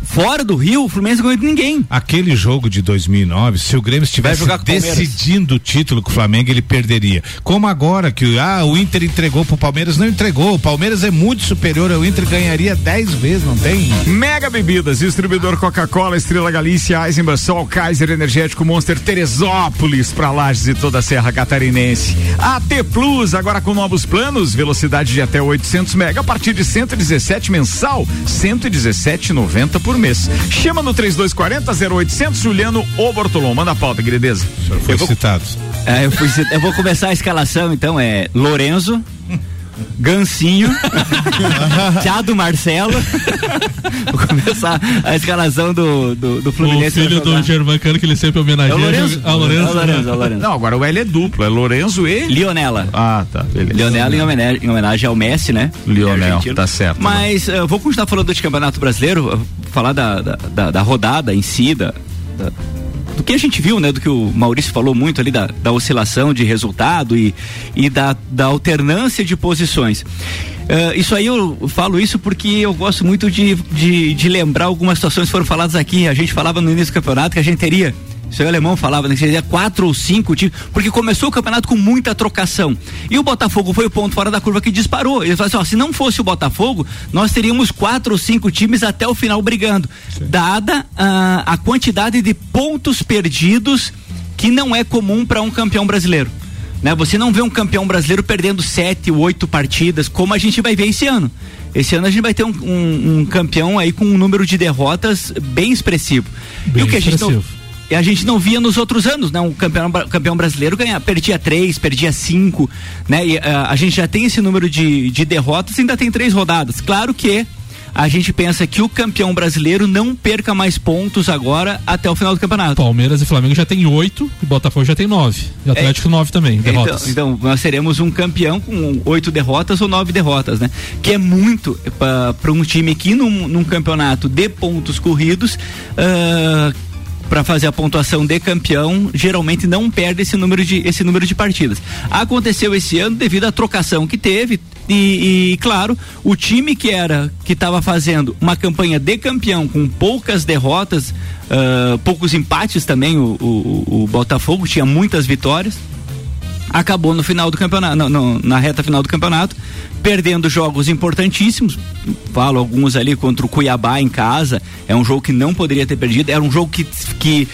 Fora do Rio, o Fluminense não ganhou de ninguém.
Aquele jogo de dois mil e nove, se o Grêmio estivesse decidindo o título com o Flamengo, ele perderia. Como agora que ah, o Inter entregou pro Palmeiras, não entregou. O Palmeiras é muito superior ao Inter, ganharia dez vezes, não tem?
Mega Bebidas, distribuidor Coca-Cola, Estrela Galícia, Eisenbahn, Sol, Kaiser, Energético Monster, Teresópolis, pra Lages e toda a Serra Catarinense. A T Plus, agora com novos planos, velocidade de até oitocentos mega, a partir de cento e dezessete mensal, cento e dezessete e noventa por mês. Chama no trinta e dois quarenta, zero oitocentos, Juliano ou Bortolom. Manda a pauta, querideza.
O senhor foi
eu vou,
citado.
É, eu, fui, eu vou começar a escalação, então, é Lorenzo, Gancinho, Thiago Marcelo. Vou começar a escalação do, do, do Fluminense.
O filho do Germancano que ele sempre homenageia.
É o Lorenzo.
É o Lorenzo,
é o Lorenzo, é o Lorenzo.
Não, agora o L é duplo, é Lorenzo e
Lionela.
Ah, tá, beleza.
Lionela em homenagem, em homenagem ao Messi, né?
Lionel, tá certo.
Mas eu uh, vou continuar falando de Campeonato Brasileiro, uh, falar da, da, da, da rodada em si, da, da do que a gente viu, né, do que o Maurício falou muito ali da, da oscilação de resultado e, e da, da alternância de posições. Uh, isso aí eu falo isso porque eu gosto muito de, de, de lembrar algumas situações que foram faladas aqui. A gente falava no início do campeonato que a gente teria, o senhor Alemão falava, né, que seria quatro ou cinco times, porque começou o campeonato com muita trocação. E o Botafogo foi o ponto fora da curva que disparou. Ele falou assim, ó, se não fosse o Botafogo, nós teríamos quatro ou cinco times até o final brigando. Sim. Dada a, a quantidade de pontos perdidos que não é comum para um campeão brasileiro. Né? Você não vê um campeão brasileiro perdendo sete, oito partidas, como a gente vai ver esse ano. Esse ano a gente vai ter um, um, um campeão aí com um número de derrotas bem expressivo.
Bem
e o que
expressivo.
a gente não a gente não via nos outros anos, né? Um campeão, campeão brasileiro ganha, perdia três, perdia cinco, né? E uh, a gente já tem esse número de, de derrotas, ainda tem três rodadas. Claro que a gente pensa que o campeão brasileiro não perca mais pontos agora até o final do campeonato.
Palmeiras e Flamengo já tem oito, e Botafogo já tem nove. E Atlético é, nove também, derrotas.
Então, então, nós seremos um campeão com oito derrotas ou nove derrotas, né? Que é muito para um time que num, num campeonato de pontos corridos, uh, para fazer a pontuação de campeão, geralmente não perde esse número de, esse número de partidas. Aconteceu esse ano devido à trocação que teve e, e claro, o time que era, que estava fazendo uma campanha de campeão com poucas derrotas, uh, poucos empates também, o, o, o Botafogo tinha muitas vitórias, acabou no final do campeonato, no, no, na reta final do campeonato, perdendo jogos importantíssimos. Falo alguns ali contra o Cuiabá em casa, é um jogo que não poderia ter perdido, era um jogo que, que,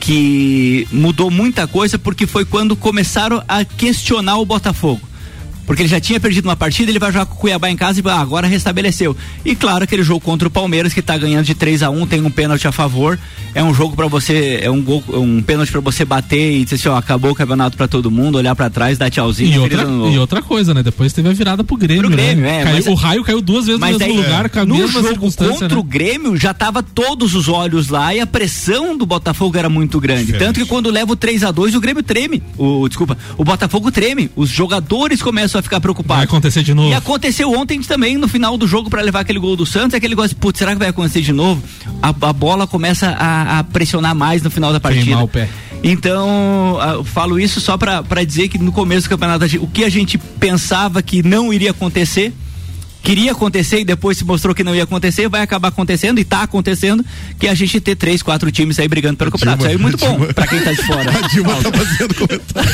que mudou muita coisa, porque foi quando começaram a questionar o Botafogo. Porque ele já tinha perdido uma partida, ele vai jogar com o Cuiabá em casa e ah, agora restabeleceu. E claro, aquele jogo contra o Palmeiras, que tá ganhando de três a um, tem um pênalti a favor, é um jogo pra você, é um gol, um pênalti pra você bater e dizer assim, ó, acabou o campeonato pra todo mundo, olhar pra trás, dar tchauzinho.
E outra, e outra coisa, né, depois teve a virada pro Grêmio, pro Grêmio, né? é, caiu, mas, o raio caiu duas vezes no mesmo daí, lugar, com a
no
mesma
jogo contra
né?
o Grêmio, já tava todos os olhos lá e a pressão do Botafogo era muito grande, diferente. Tanto que quando leva o três a dois, o Grêmio treme, o, desculpa, o Botafogo treme, os jogadores começam a ficar preocupados.
Vai acontecer de novo.
E aconteceu ontem também, no final do jogo, para levar aquele gol do Santos, aquele negócio, putz, será que vai acontecer de novo? A, a bola começa a, a pressionar mais no final da partida.
Queimar o pé.
Então, eu falo isso só para dizer que no começo do campeonato, o que a gente pensava que não iria acontecer, queria acontecer e depois se mostrou que não ia acontecer, vai acabar acontecendo e tá acontecendo, que a gente ter três, quatro times aí brigando pelo campeonato. Isso aí é muito bom pra quem tá de fora.
A Dilma tá fazendo comentário.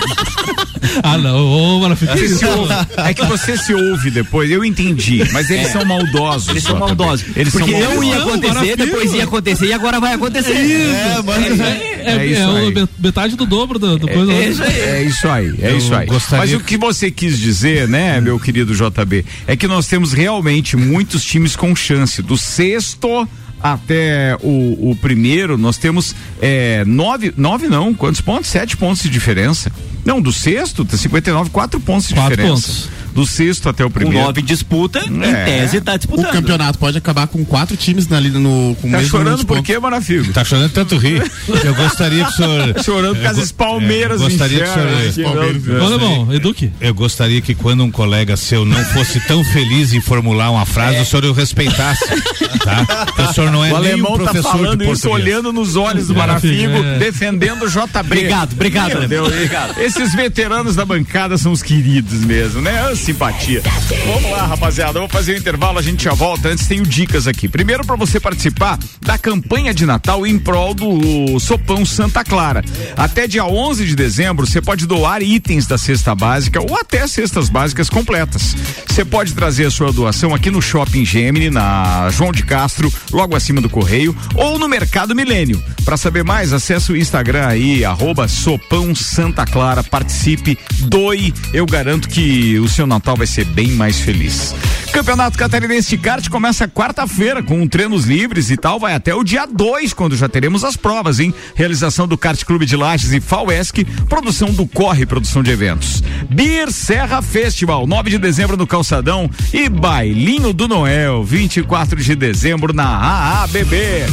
Ah, não, ô, mano, fica
é, é que você se ouve depois, eu entendi, mas eles é. são maldosos.
Eles são maldosos.
Eles
Porque
são
não
maldosos.
ia acontecer,
não,
depois ia acontecer e agora vai acontecer.
É isso. É, mas é, é, é, é, é metade do dobro do, do
é,
coisa.
É isso aí. É isso aí, é isso aí. Mas o que você quis dizer, né, meu querido J B, é que nós temos realmente muitos times com chance. Do sexto até o, o primeiro, nós temos é, nove, nove não, quantos pontos? Sete pontos de diferença. Não, do sexto, tá cinquenta e nove, quatro pontos de
quatro
diferença.
Pontos.
Do sexto até o primeiro.
Com nove disputa, é. Em tese tá disputando.
O campeonato pode acabar com quatro times na lida no com
Tá
mesmo
chorando por quê, Marafigo?
Tá chorando tanto rir. Eu gostaria que o senhor.
Tá chorando por causa das Palmeiras.
É, gostaria que o senhor.
Olha, bom, Eduque.
Eu gostaria que quando um colega seu não fosse tão feliz em formular uma frase, é. o senhor o respeitasse. Tá? Porque o senhor não é
o
nem um professor
tá falando
de português.
Isso olhando nos olhos do Marafigo, é. defendendo o J B.
Obrigado, obrigado.
Meu Deus, obrigado. Esses veteranos da bancada são os queridos mesmo, né? simpatia. Vamos lá, rapaziada, vou fazer o intervalo, a gente já volta. Antes tenho dicas aqui. Primeiro, para você participar da campanha de Natal em prol do Sopão Santa Clara. Até dia onze de dezembro, você pode doar itens da cesta básica ou até cestas básicas completas. Você pode trazer a sua doação aqui no Shopping Gemini, na João de Castro, logo acima do Correio, ou no Mercado Milênio. Para saber mais, acesse o Instagram aí, arroba Sopão Santa Clara, participe, doe, eu garanto que o seu Natal vai ser bem mais feliz. Campeonato Catarinense de Kart começa quarta-feira com treinos livres e tal, vai até o dia dois, quando já teremos as provas, hein? Realização do Kart Clube de Lages e FAUESC, produção do Corre, produção de eventos. Beer Serra Festival, nove de dezembro no Calçadão e Bailinho do Noel, vinte e quatro de dezembro na A A B B.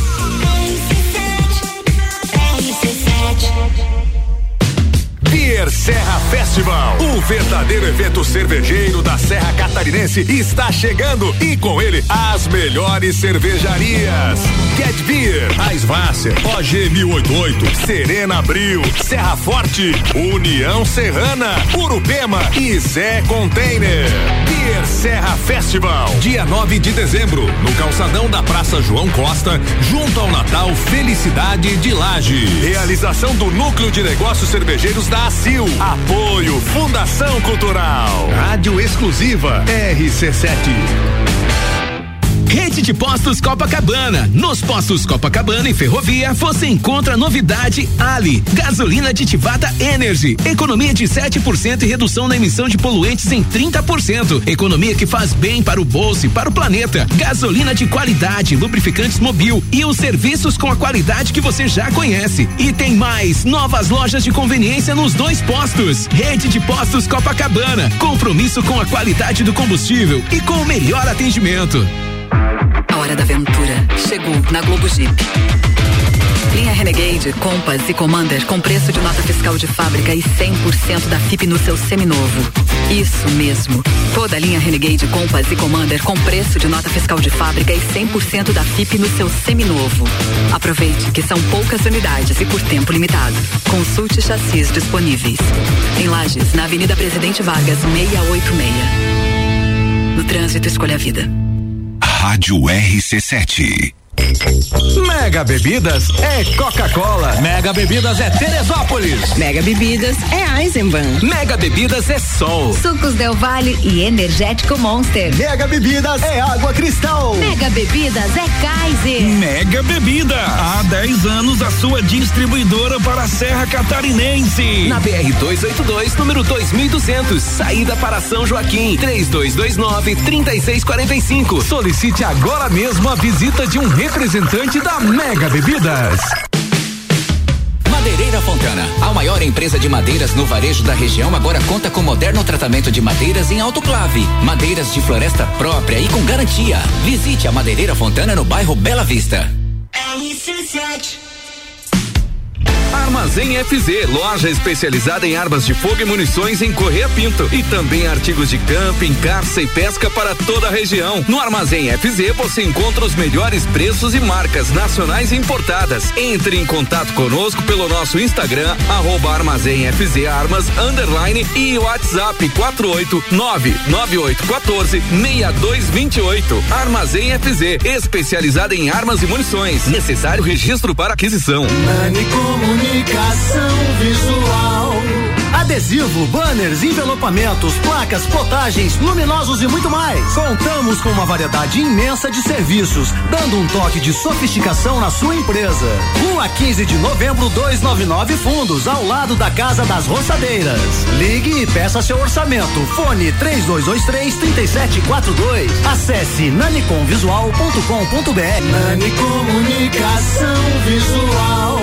Beer Serra Festival, o verdadeiro evento cervejeiro da Serra Catarinense está chegando e com ele as melhores cervejarias. Get Beer, Eisvasser, O G mil e oitenta e oito, Serena Abril, Serra Forte, União Serrana, Urupema e Zé Container. Beer Serra Festival, dia nove de dezembro, no calçadão da Praça João Costa, junto ao Natal Felicidade de Lages. Realização do Núcleo de Negócios Cervejeiros da A C I L. Apoio Fundação Cultural. Rádio exclusiva R C sete.
Rede de Postos Copacabana. Nos postos Copacabana e Ferrovia você encontra a novidade Ali, gasolina aditivada Energy, economia de sete por cento e redução na emissão de poluentes em trinta por cento. Economia que faz bem para o bolso e para o planeta. Gasolina de qualidade, lubrificantes Mobil e os serviços com a qualidade que você já conhece. E tem mais, novas lojas de conveniência nos dois postos. Rede de Postos Copacabana. Compromisso com a qualidade do combustível e com o melhor atendimento.
A hora da aventura chegou na Globo Jeep. Linha Renegade, Compass e Commander com preço de nota fiscal de fábrica e cem por cento da F I P no seu seminovo. Isso mesmo. Toda a linha Renegade, Compass e Commander com preço de nota fiscal de fábrica e cem por cento da F I P no seu seminovo. Aproveite que são poucas unidades e por tempo limitado. Consulte chassis disponíveis. Em Lages, na Avenida Presidente Vargas, seiscentos e oitenta e seis. No trânsito, escolha a vida.
Rádio R C sete. Mega Bebidas é Coca-Cola.
Mega Bebidas é Teresópolis.
Mega Bebidas é Eisenbahn.
Mega Bebidas é Sol.
Sucos Del Valle e Energético Monster.
Mega Bebidas é Água Cristal.
Mega Bebidas é Kaiser.
Mega Bebida, há dez anos a sua distribuidora para a Serra Catarinense.
Na B R duzentos e oitenta e dois, número dois mil e duzentos, saída para São Joaquim, três dois dois nove, três seis quatro cinco.
Solicite agora mesmo a visita de um representante da Mega Bebidas.
Madeireira Fontana, a maior empresa de madeiras no varejo da região, agora conta com moderno tratamento de madeiras em autoclave, madeiras de floresta própria e com garantia. Visite a Madeireira Fontana no bairro Bela Vista.
Armazém F Z, loja especializada em armas de fogo e munições em Correia Pinto e também artigos de camping, caça e pesca para toda a região. No Armazém F Z você encontra os melhores preços e marcas nacionais e importadas. Entre em contato conosco pelo nosso Instagram, arroba Armazém F Z Armas, underline e WhatsApp quatro oito nove nove oito um quatro seis dois dois oito. Armazém F Z, especializada em armas e munições. Necessário registro para aquisição.
Nani Comunicação Visual. Adesivo, banners, envelopamentos, placas, plotagens, luminosos e muito mais. Contamos com uma variedade imensa de serviços, dando um toque de sofisticação na sua empresa. Rua quinze de novembro, duzentos e noventa e nove Fundos, ao lado da Casa das Roçadeiras. Ligue e peça seu orçamento. Fone três dois dois três, três sete quatro dois. Acesse nanicom visual ponto com ponto b r. Nani Comunicação Visual.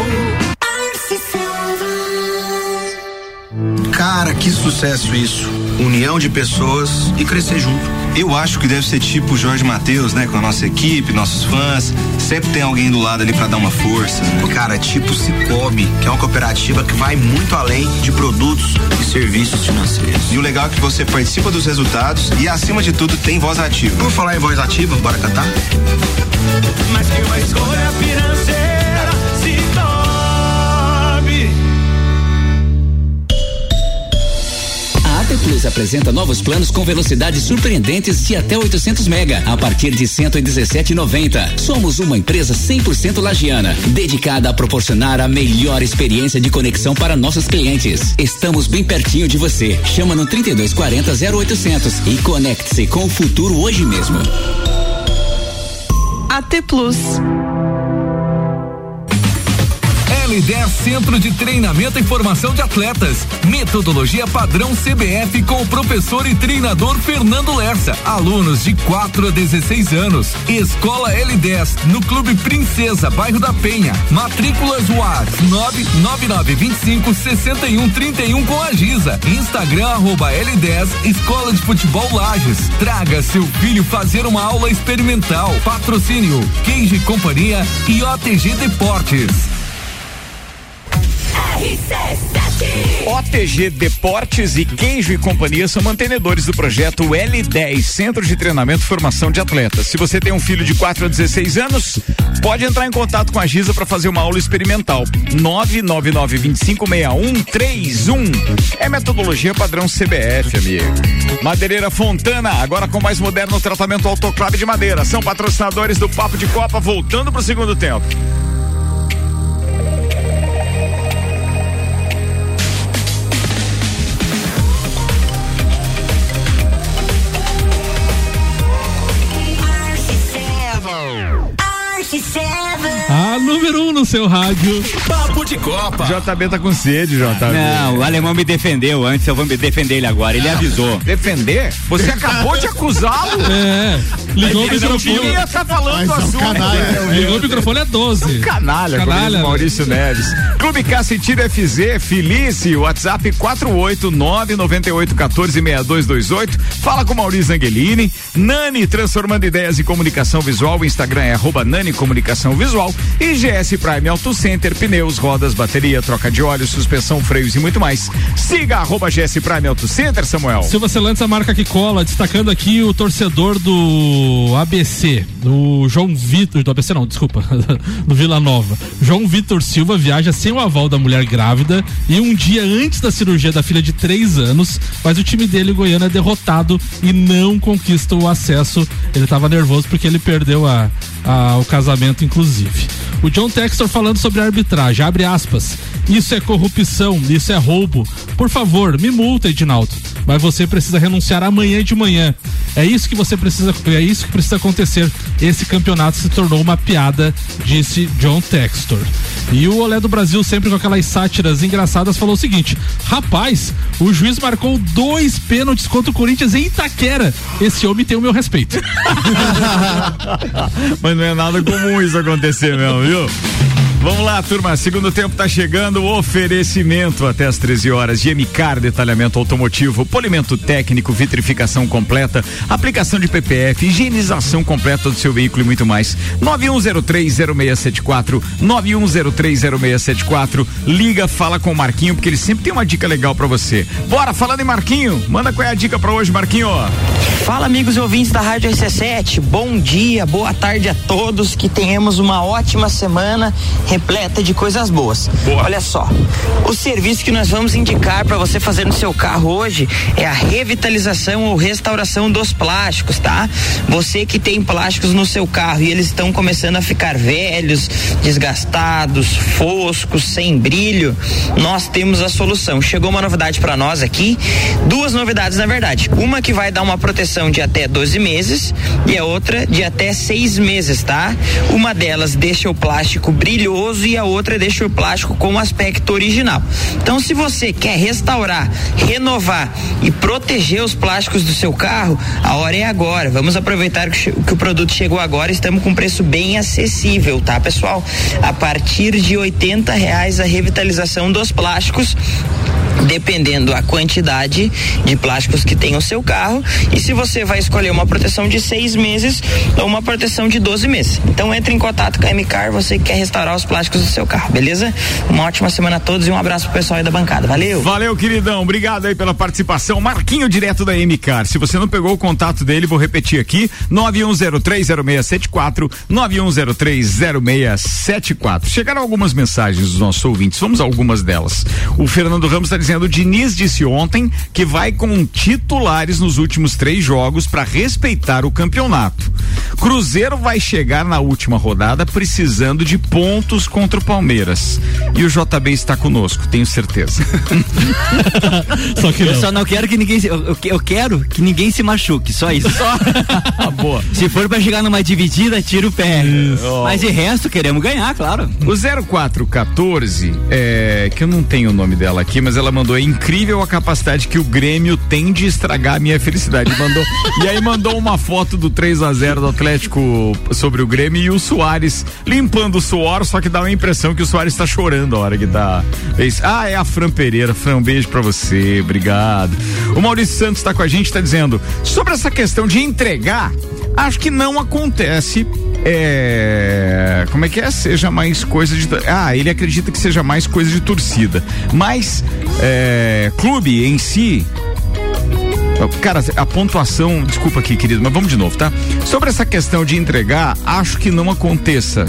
Cara, que sucesso isso. União de pessoas e crescer junto.
Eu acho que deve ser tipo o Jorge Mateus, né? Com a nossa equipe, nossos fãs. Sempre tem alguém do lado ali pra dar uma força, né?
Cara, tipo Cicobi, que é uma cooperativa que vai muito além de produtos e serviços financeiros.
E o legal é que você participa dos resultados e, acima de tudo, tem voz ativa.
Vamos falar em voz ativa? Bora cantar?
Mas que uma escolha financeira se torne.
A A T Plus
apresenta novos planos com velocidades surpreendentes de até oitocentos mega, a partir de cento e dezessete reais e noventa centavos. Somos uma empresa cem por cento lagiana, dedicada a proporcionar a melhor experiência de conexão para nossos clientes. Estamos bem pertinho de você. Chama no trinta e dois quarenta, zero oitocentos e conecte-se com o futuro hoje mesmo.
A T Plus.
L dez Centro de Treinamento e Formação de Atletas. Metodologia padrão C B F com o professor e treinador Fernando Lersa. Alunos de quatro a dezesseis anos. Escola L dez, no Clube Princesa, bairro da Penha. Matrículas U A S nove nove nove dois cinco, seis um três um com a Giza. Instagram arroba L dez Escola de Futebol Lages. Traga seu filho fazer uma aula experimental. Patrocínio Queijo e Companhia e O T G Deportes.
O T G Deportes e Queijo e Companhia são mantenedores do projeto L dez, Centro de Treinamento e Formação de Atletas. Se você tem um filho de quatro a dezesseis anos, pode entrar em contato com a Giza para fazer uma aula experimental. nove nove nove dois cinco seis um três um. É metodologia padrão C B F, amigo. Madeireira Fontana, agora com mais moderno tratamento autoclave de madeira. São patrocinadores do Papo de Copa, voltando pro segundo tempo.
A número um no seu rádio.
Papo de Copa.
J B tá com sede, J B.
Não, o alemão me defendeu antes, eu vou me defender ele agora. Ele avisou.
Defender? Você acabou de acusá-lo.
É. Ligou o microfone.
Ele ia tá falando do assunto.
Ligou o microfone é doze.
Canalha, canalha. Maurício Neves. Clube Cassitiro F Z, Felice, WhatsApp quatro oito nove nove oito um quatro seis dois dois oito. Fala com Maurício Angelini. Nani, transformando ideias em comunicação visual. O Instagram é arroba Nani Comunicação Visual. E G S Prime Auto Center, pneus, rodas, bateria, troca de óleo, suspensão, freios e muito mais. Siga arroba G S Prime Auto Center, Samuel.
Silva Celantes, a marca que cola, destacando aqui o torcedor do A B C, do João Vitor, do A B C não, desculpa, do Vila Nova. João Vitor Silva viaja sem o aval da mulher grávida e um dia antes da cirurgia da filha de três anos, mas o time dele, Goiânia, é derrotado e não conquista o acesso. Ele estava nervoso porque ele perdeu a, a, o casamento, inclusive. O John Textor falando sobre a arbitragem, abre aspas, isso é corrupção, isso é roubo, por favor, me multa, Edinaldo, mas você precisa renunciar amanhã de manhã, é isso que você precisa, é isso que precisa acontecer, esse campeonato se tornou uma piada, disse John Textor. E o Olé do Brasil, sempre com aquelas sátiras engraçadas, falou o seguinte, rapaz, o juiz marcou dois pênaltis contra o Corinthians em Itaquera, esse homem tem o meu respeito.
Mas não é nada comum isso acontecer mesmo, viu? Vamos lá, turma, segundo tempo tá chegando, oferecimento até as treze horas de M C A R, detalhamento automotivo, polimento técnico, vitrificação completa, aplicação de P P F, higienização completa do seu veículo e muito mais. nove um zero três zero seis sete quatro, nove um zero três zero seis sete quatro, liga, fala com o Marquinho, porque ele sempre tem uma dica legal pra você. Bora, falando em Marquinho, manda qual é a dica pra hoje, Marquinho?
Fala, amigos e ouvintes da Rádio R C sete, bom dia, boa tarde a todos, que tenhamos uma ótima semana repleta de coisas boas. Boa. Olha só, o serviço que nós vamos indicar para você fazer no seu carro hoje é a revitalização ou restauração dos plásticos, tá? Você que tem plásticos no seu carro e eles estão começando a ficar velhos, desgastados, foscos, sem brilho, nós temos a solução. Chegou uma novidade para nós aqui, duas novidades na verdade, uma que vai dar uma proteção de até doze meses e a outra de até seis meses, tá? Uma delas deixa o plástico brilhoso e a outra deixa o plástico com o aspecto original. Então, se você quer restaurar, renovar e proteger os plásticos do seu carro, a hora é agora. Vamos aproveitar que, que o produto chegou agora, estamos com um preço bem acessível, tá, pessoal? A partir de oitenta reais a revitalização dos plásticos, dependendo a quantidade de plásticos que tem o seu carro, e se você vai escolher uma proteção de seis meses ou uma proteção de doze meses. Então entre em contato com a M C A R, você que quer restaurar os plásticos do seu carro, beleza? Uma ótima semana a todos e um abraço pro pessoal aí da bancada. Valeu!
Valeu, queridão. Obrigado aí pela participação. Marquinho direto da M-Car. Se você não pegou o contato dele, vou repetir aqui: nove um zero três zero seis sete quatro, nove um zero três zero seis sete quatro. Chegaram algumas mensagens dos nossos ouvintes. Vamos a algumas delas. O Fernando Ramos está dizendo: o Diniz disse ontem que vai com titulares nos últimos três jogos para respeitar o campeonato. Cruzeiro vai chegar na última rodada precisando de pontos contra o Palmeiras. E o J B está conosco, tenho certeza.
Só que eu não. só não quero que ninguém se, eu, eu quero que ninguém se machuque, só isso. Só.
Ah, boa.
Se for pra chegar numa dividida, tira o pé. Oh. Mas de resto, queremos ganhar, claro.
O zero quatro um quatro, é, que eu não tenho o nome dela aqui, mas ela mandou: é incrível a capacidade que o Grêmio tem de estragar a minha felicidade. Mandou, e aí mandou uma foto do três a zero do Atlético sobre o Grêmio e o Soares limpando o suor, só que dá uma impressão que o Soares tá chorando a hora que tá. Ah, é a Fran Pereira. Fran, um beijo pra você, obrigado. O Maurício Santos tá com a gente, tá dizendo: sobre essa questão de entregar, acho que não acontece. É, como é que é? Seja mais coisa de. Ah, ele acredita que seja mais coisa de torcida. Mas é, clube em si. Cara, a pontuação, desculpa aqui, querido, mas vamos de novo, tá? Sobre essa questão de entregar, acho que não aconteça.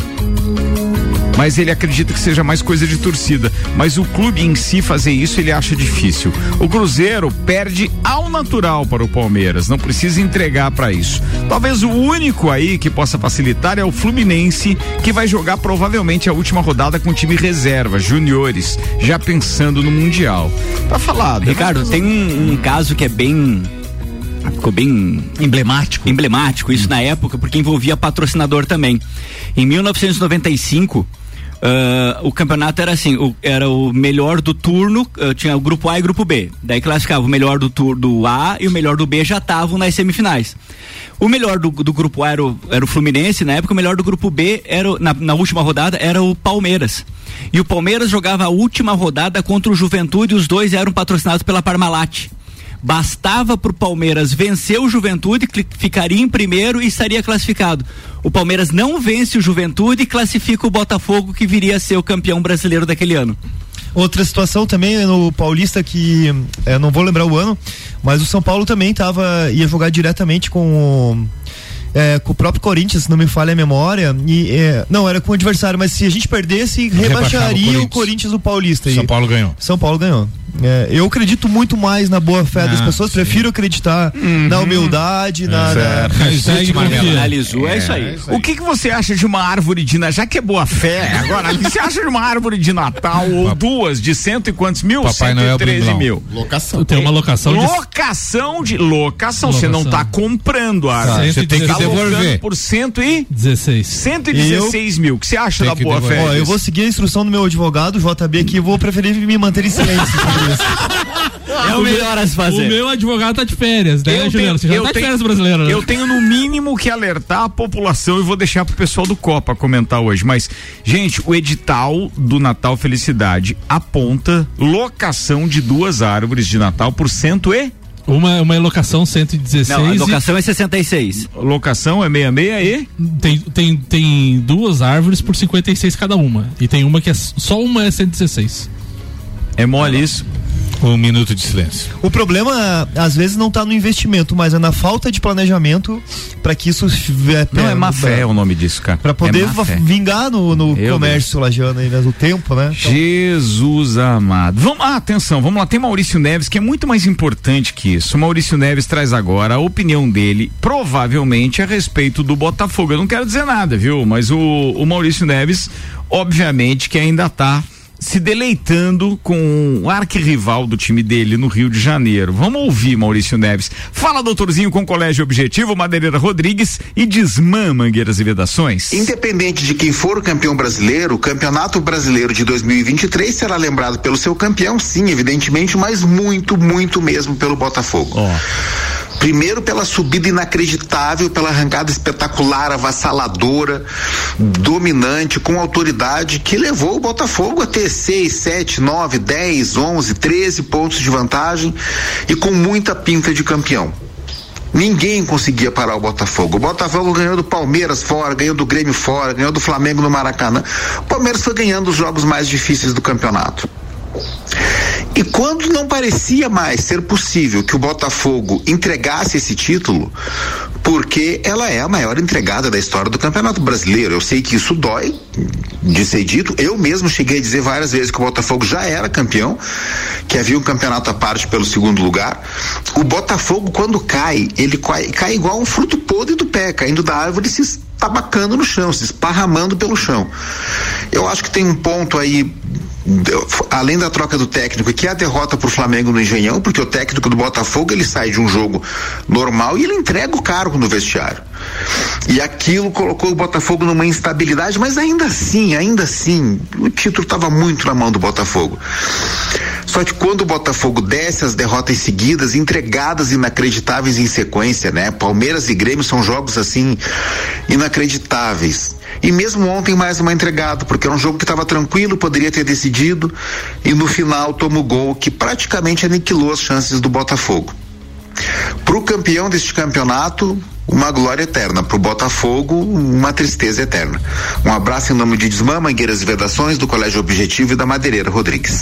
Mas ele acredita que seja mais coisa de torcida. Mas o clube em si fazer isso, ele acha difícil. O Cruzeiro perde ao natural para o Palmeiras. Não precisa entregar para isso. Talvez o único aí que possa facilitar é o Fluminense, que vai jogar provavelmente a última rodada com o time reserva, juniores, já pensando no Mundial. Tá falado.
Ricardo, tem um, um caso que é bem... ficou bem emblemático. Emblemático, isso hum. na época, porque envolvia patrocinador também. Em mil novecentos e noventa e cinco, Uh, o campeonato era assim, o, era o melhor do turno, uh, tinha o grupo A e o grupo B, daí classificava o melhor do turno do A e o melhor do B já estavam nas semifinais. O melhor do, do grupo A era o, era o Fluminense, na época o melhor do grupo B era o, na, na última rodada era o Palmeiras, e o Palmeiras jogava a última rodada contra o Juventude, os dois eram patrocinados pela Parmalat. Bastava pro Palmeiras vencer o Juventude, ficaria em primeiro e estaria classificado. O Palmeiras não vence o Juventude e classifica o Botafogo, que viria a ser o campeão brasileiro daquele ano.
Outra situação também no Paulista, que eu não vou lembrar o ano, mas o São Paulo também tava, ia jogar diretamente com o, é, com o próprio Corinthians, se não me falha a memória, e, é, não, era com o adversário, mas se a gente perdesse, rebaixaria o Corinthians do Paulista.
São Paulo ganhou.
São Paulo ganhou. É, eu acredito muito mais na boa fé ah, das pessoas, sim. Prefiro acreditar uhum. na humildade, é, na, na...
Finalizou, é, é isso aí. É isso aí.
O que que você acha de uma árvore de Natal, já que é boa fé, agora, o que você acha de uma árvore de Natal ou duas de cento e quantos mil?
Papai
cento e treze mil.
Locação.
Tem uma locação de...
Locação de... Locação, você não tá comprando a árvore.
Você tem que devolver.
Por cento e
dezesseis.
cento e dezesseis mil. O que você acha da boa fé?
Ó, eu vou seguir a instrução do meu advogado, o J B, aqui, eu vou preferir me manter em silêncio.
É o melhor a se fazer.
O meu advogado tá de férias, né,
eu
Juliano? Você já
eu
tá de
tenho,
férias brasileira, né?
Eu tenho no mínimo que alertar a população e vou deixar pro pessoal do Copa comentar hoje, mas, gente, o edital do Natal Felicidade aponta locação de duas árvores de Natal por cento e...
Uma, uma locação cento e dezesseis.
Não, a locação e... é sessenta e seis.
Locação é sessenta e seis e?
Tem, tem, tem duas árvores por cinquenta e seis cada uma. E tem uma que é, só uma é cento e dezesseis.
É mole isso?
Um minuto de silêncio.
O problema, às vezes, não está no investimento, mas é na falta de planejamento para que isso... É,
não, é má fé é o nome disso, cara.
Para poder é vingar no, no comércio lajano aí, mesmo tempo, né?
Então... Jesus amado. Vamos, ah, atenção, vamos lá, tem Maurício Neves, que é muito mais importante que isso. O Maurício Neves traz agora a opinião dele, provavelmente a respeito do Botafogo. Eu não quero dizer nada, viu? Mas o, o Maurício Neves, obviamente, que ainda tá se deleitando com o arquirrival do time dele no Rio de Janeiro. Vamos ouvir Maurício Neves. Fala, doutorzinho, com Colégio Objetivo, Madeireira Rodrigues e Desmã Mangueiras e Vedações.
Independente de quem for o campeão brasileiro, o Campeonato Brasileiro de dois mil e vinte e três será lembrado pelo seu campeão, sim, evidentemente, mas muito, muito mesmo pelo Botafogo. Oh. Primeiro pela subida inacreditável, pela arrancada espetacular, avassaladora, dominante, com autoridade, que levou o Botafogo a ter seis, sete, nove, dez, onze, treze pontos de vantagem e com muita pinta de campeão. Ninguém conseguia parar o Botafogo. O Botafogo ganhou do Palmeiras fora, ganhou do Grêmio fora, ganhou do Flamengo no Maracanã. O Palmeiras foi ganhando os jogos mais difíceis do campeonato. E quando não parecia mais ser possível que o Botafogo entregasse esse título, porque ela é a maior entregada da história do Campeonato Brasileiro. Eu sei que isso dói de ser dito. Eu mesmo cheguei a dizer várias vezes que o Botafogo já era campeão, que havia um campeonato à parte pelo segundo lugar. O Botafogo, quando cai, ele cai, cai igual um fruto podre do pé, caindo da árvore e se tabacando no chão, se esparramando pelo chão. Eu acho que tem um ponto aí, além da troca do técnico, que é a derrota pro Flamengo no Engenhão, porque o técnico do Botafogo, ele sai de um jogo normal e ele entrega o cargo no vestiário. E aquilo colocou o Botafogo numa instabilidade, mas ainda assim, ainda assim, o título estava muito na mão do Botafogo. Só que quando o Botafogo desce as derrotas seguidas, entregadas inacreditáveis em sequência, né? Palmeiras e Grêmio são jogos assim inacreditáveis. E mesmo ontem mais uma entregada, porque era um jogo que estava tranquilo, poderia ter decidido, e no final toma o gol que praticamente aniquilou as chances do Botafogo. Pro campeão deste campeonato, uma glória eterna. Pro Botafogo, uma tristeza eterna. Um abraço em nome de Desmã, Mangueiras e Vedações, do Colégio Objetivo e da Madeireira Rodrigues.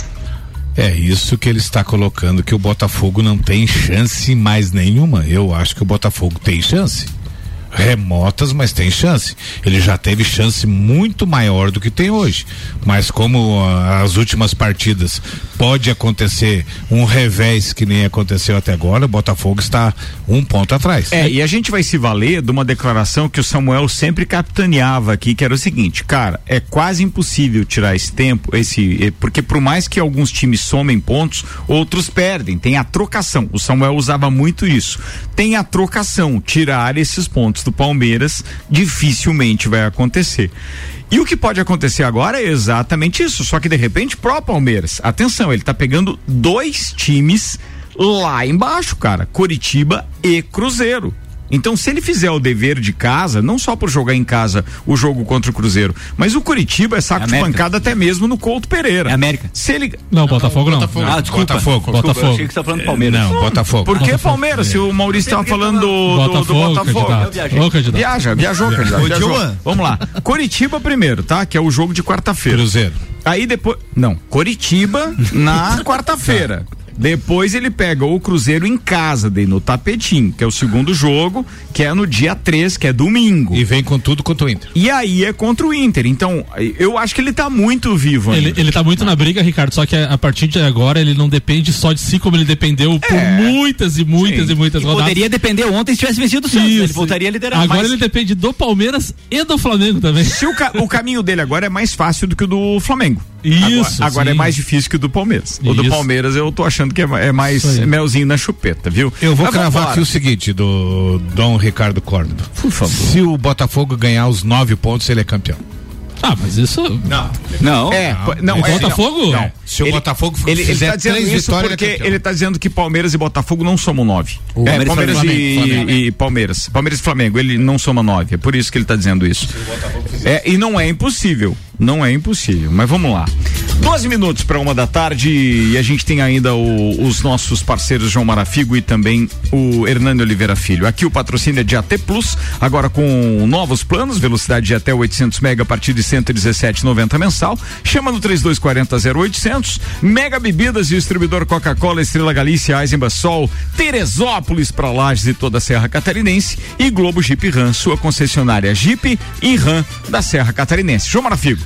É isso que ele está colocando, que o Botafogo não tem chance mais nenhuma. Eu acho que o Botafogo tem chance. Remotas, mas tem chance. Ele já teve chance muito maior do que tem hoje. Mas como uh, as últimas partidas pode acontecer um revés que nem aconteceu até agora, o Botafogo está um ponto atrás.
É, e a gente vai se valer de uma declaração que o Samuel sempre capitaneava aqui, que era o seguinte: cara, é quase impossível tirar esse tempo, esse, porque por mais que alguns times somem pontos, outros perdem, tem a trocação. O Samuel usava muito isso. Tem a trocação, tirar esses pontos do Palmeiras dificilmente vai acontecer. E o que pode acontecer agora é exatamente isso, só que de repente pro Palmeiras, atenção, ele tá pegando dois times lá embaixo, cara, Coritiba e Cruzeiro. Então, se ele fizer o dever de casa, não só por jogar em casa o jogo contra o Cruzeiro, mas o Curitiba é saco é de pancada até mesmo no Couto Pereira.
É América.
Se ele...
Não, Botafogo não.
Botafogo. Ah, desculpa.
Botafogo.
Botafogo.
Botafogo.
Achei que você tá falando do Palmeiras.
Não,
não,
Botafogo.
Por que
Botafogo.
Palmeiras? Se o Maurício estava falando do, do, do Botafogo.
Ô, candidato.
Viaja, viajou, candidato. Viajou. Vamos lá. Coritiba primeiro, tá? Que é o jogo de quarta-feira.
Cruzeiro.
Aí depois... Não, Coritiba na quarta-feira. Depois ele pega o Cruzeiro em casa, daí no Tapetim, que é o segundo jogo, que é no dia três, que é domingo.
E vem com tudo contra o Inter.
E aí é contra o Inter. Então, eu acho que ele tá muito vivo ainda.
Ele, ele tá muito na briga, Ricardo, só que a partir de agora ele não depende só de si, como ele dependeu é. por muitas e muitas Sim. e muitas
e
rodadas.
Poderia depender ontem se tivesse vencido o Santos, ele voltaria a liderar.
Agora
mas...
ele depende do Palmeiras e do Flamengo também.
Se o, ca- o caminho dele agora é mais fácil do que o do Flamengo.
Isso.
Agora, agora é mais difícil que o do Palmeiras. O Isso. do Palmeiras eu tô achando que é, é mais melzinho na chupeta, viu?
Eu vou Mas cravar aqui o seguinte, do Dom Ricardo Córdoba.
Por favor.
Se o Botafogo ganhar os nove pontos, ele é campeão.
Ah, mas isso.
Não.
Não. É, não.
O
é,
Botafogo?
Não.
não. Se o
ele,
Botafogo
ele,
fizer
ele tá dizendo
três
isso
vitórias,
porque
ele, é
ele tá dizendo que Palmeiras e Botafogo não somam nove.
O
é, Palmeiras
Flamengo,
e,
Flamengo.
e Palmeiras. Palmeiras e Flamengo, ele não soma nove. É por isso que ele tá dizendo isso. É, e não é impossível. Não é impossível. Mas vamos lá. doze minutos para uma da tarde e a gente tem ainda o, os nossos parceiros João Marafigo e também o Hernani Oliveira Filho. Aqui o patrocínio é de A T Plus, agora com novos planos, velocidade de até oitocentos mega a partir de cento e dezessete reais e noventa centavos mensal. Chama no três dois quatro zero zero oitocentos. Mega Bebidas, distribuidor Coca-Cola, Estrela Galícia, Eisenbahn Sol, Teresópolis para Lages e toda a Serra Catarinense e Globo Jeep Ram, sua concessionária Jeep e Ram da Serra Catarinense. João Marafigo.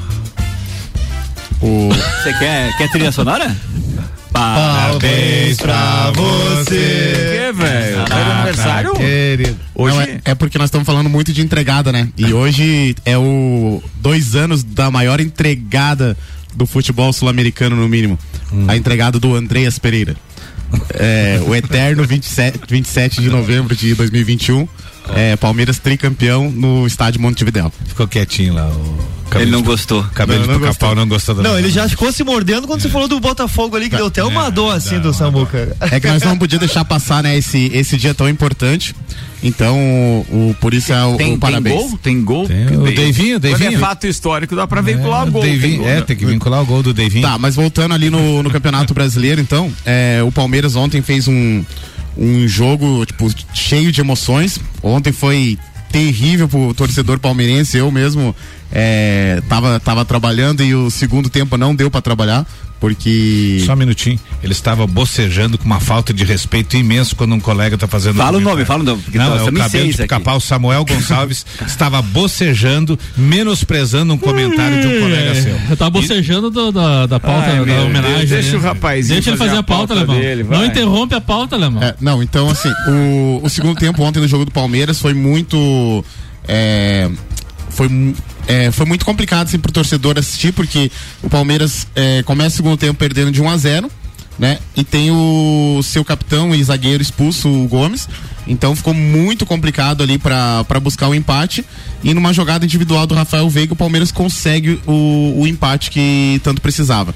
Você quer, quer trilha sonora?
Parabéns pra você.
Que, velho? É aniversário?
Hoje... Não, é, é porque nós estamos falando muito de entregada, né? E hoje é o dois anos da maior entregada do futebol sul-americano, no mínimo. Hum. A entregada do Andreas Pereira. É, o eterno vinte e sete, vinte e sete de novembro de dois mil e vinte e um. É, Palmeiras tricampeão no estádio Montevidéu.
Ficou quietinho lá. O...
Ele não gostou.
Cabelo de pica-pau não gostou da
Não, ele já ficou se mordendo quando é. você falou do Botafogo ali, que é. deu até uma é, dor assim do Samuca.
É que nós não podíamos deixar passar, né, esse, esse dia tão importante. Então, o, o por isso é o,
tem,
o parabéns.
Tem gol? Tem gol?
Tem, o Deivinho, o Deivinho.
Quando é fato histórico, dá pra vincular
é,
o gol.
Deivinho,
tem
é,
gol,
tem que vincular o gol do Deivinho.
Tá, mas voltando ali no, no Campeonato Brasileiro, então, é, o Palmeiras ontem fez um um jogo, tipo, cheio de emoções. Ontem foi terrível pro torcedor palmeirense, eu mesmo é, tava, tava trabalhando e o segundo tempo não deu para trabalhar, porque...
Só um minutinho, ele estava bocejando com uma falta de respeito imenso quando um colega tá fazendo...
Fala o nome, fala o nome.
Não, é o cabelo de capau, Samuel Gonçalves, estava bocejando, menosprezando um comentário de um colega seu.
Eu tava bocejando do, da, da pauta,
Ai,
da homenagem.
Deus, deixa
né?
o rapazinho
Deixa ele fazer a pauta, pauta Alemão. Não interrompe a pauta, Alemão.
É, não, então assim, o, o segundo tempo ontem no jogo do Palmeiras foi muito... É, foi, é, foi muito complicado assim, pro torcedor assistir, porque o Palmeiras é, começa o segundo tempo perdendo de um a zero, né? E tem o seu capitão e zagueiro expulso, o Gomes. Então ficou muito complicado ali para buscar o empate. E numa jogada individual do Rafael Veiga, o Palmeiras consegue o, o empate que tanto precisava.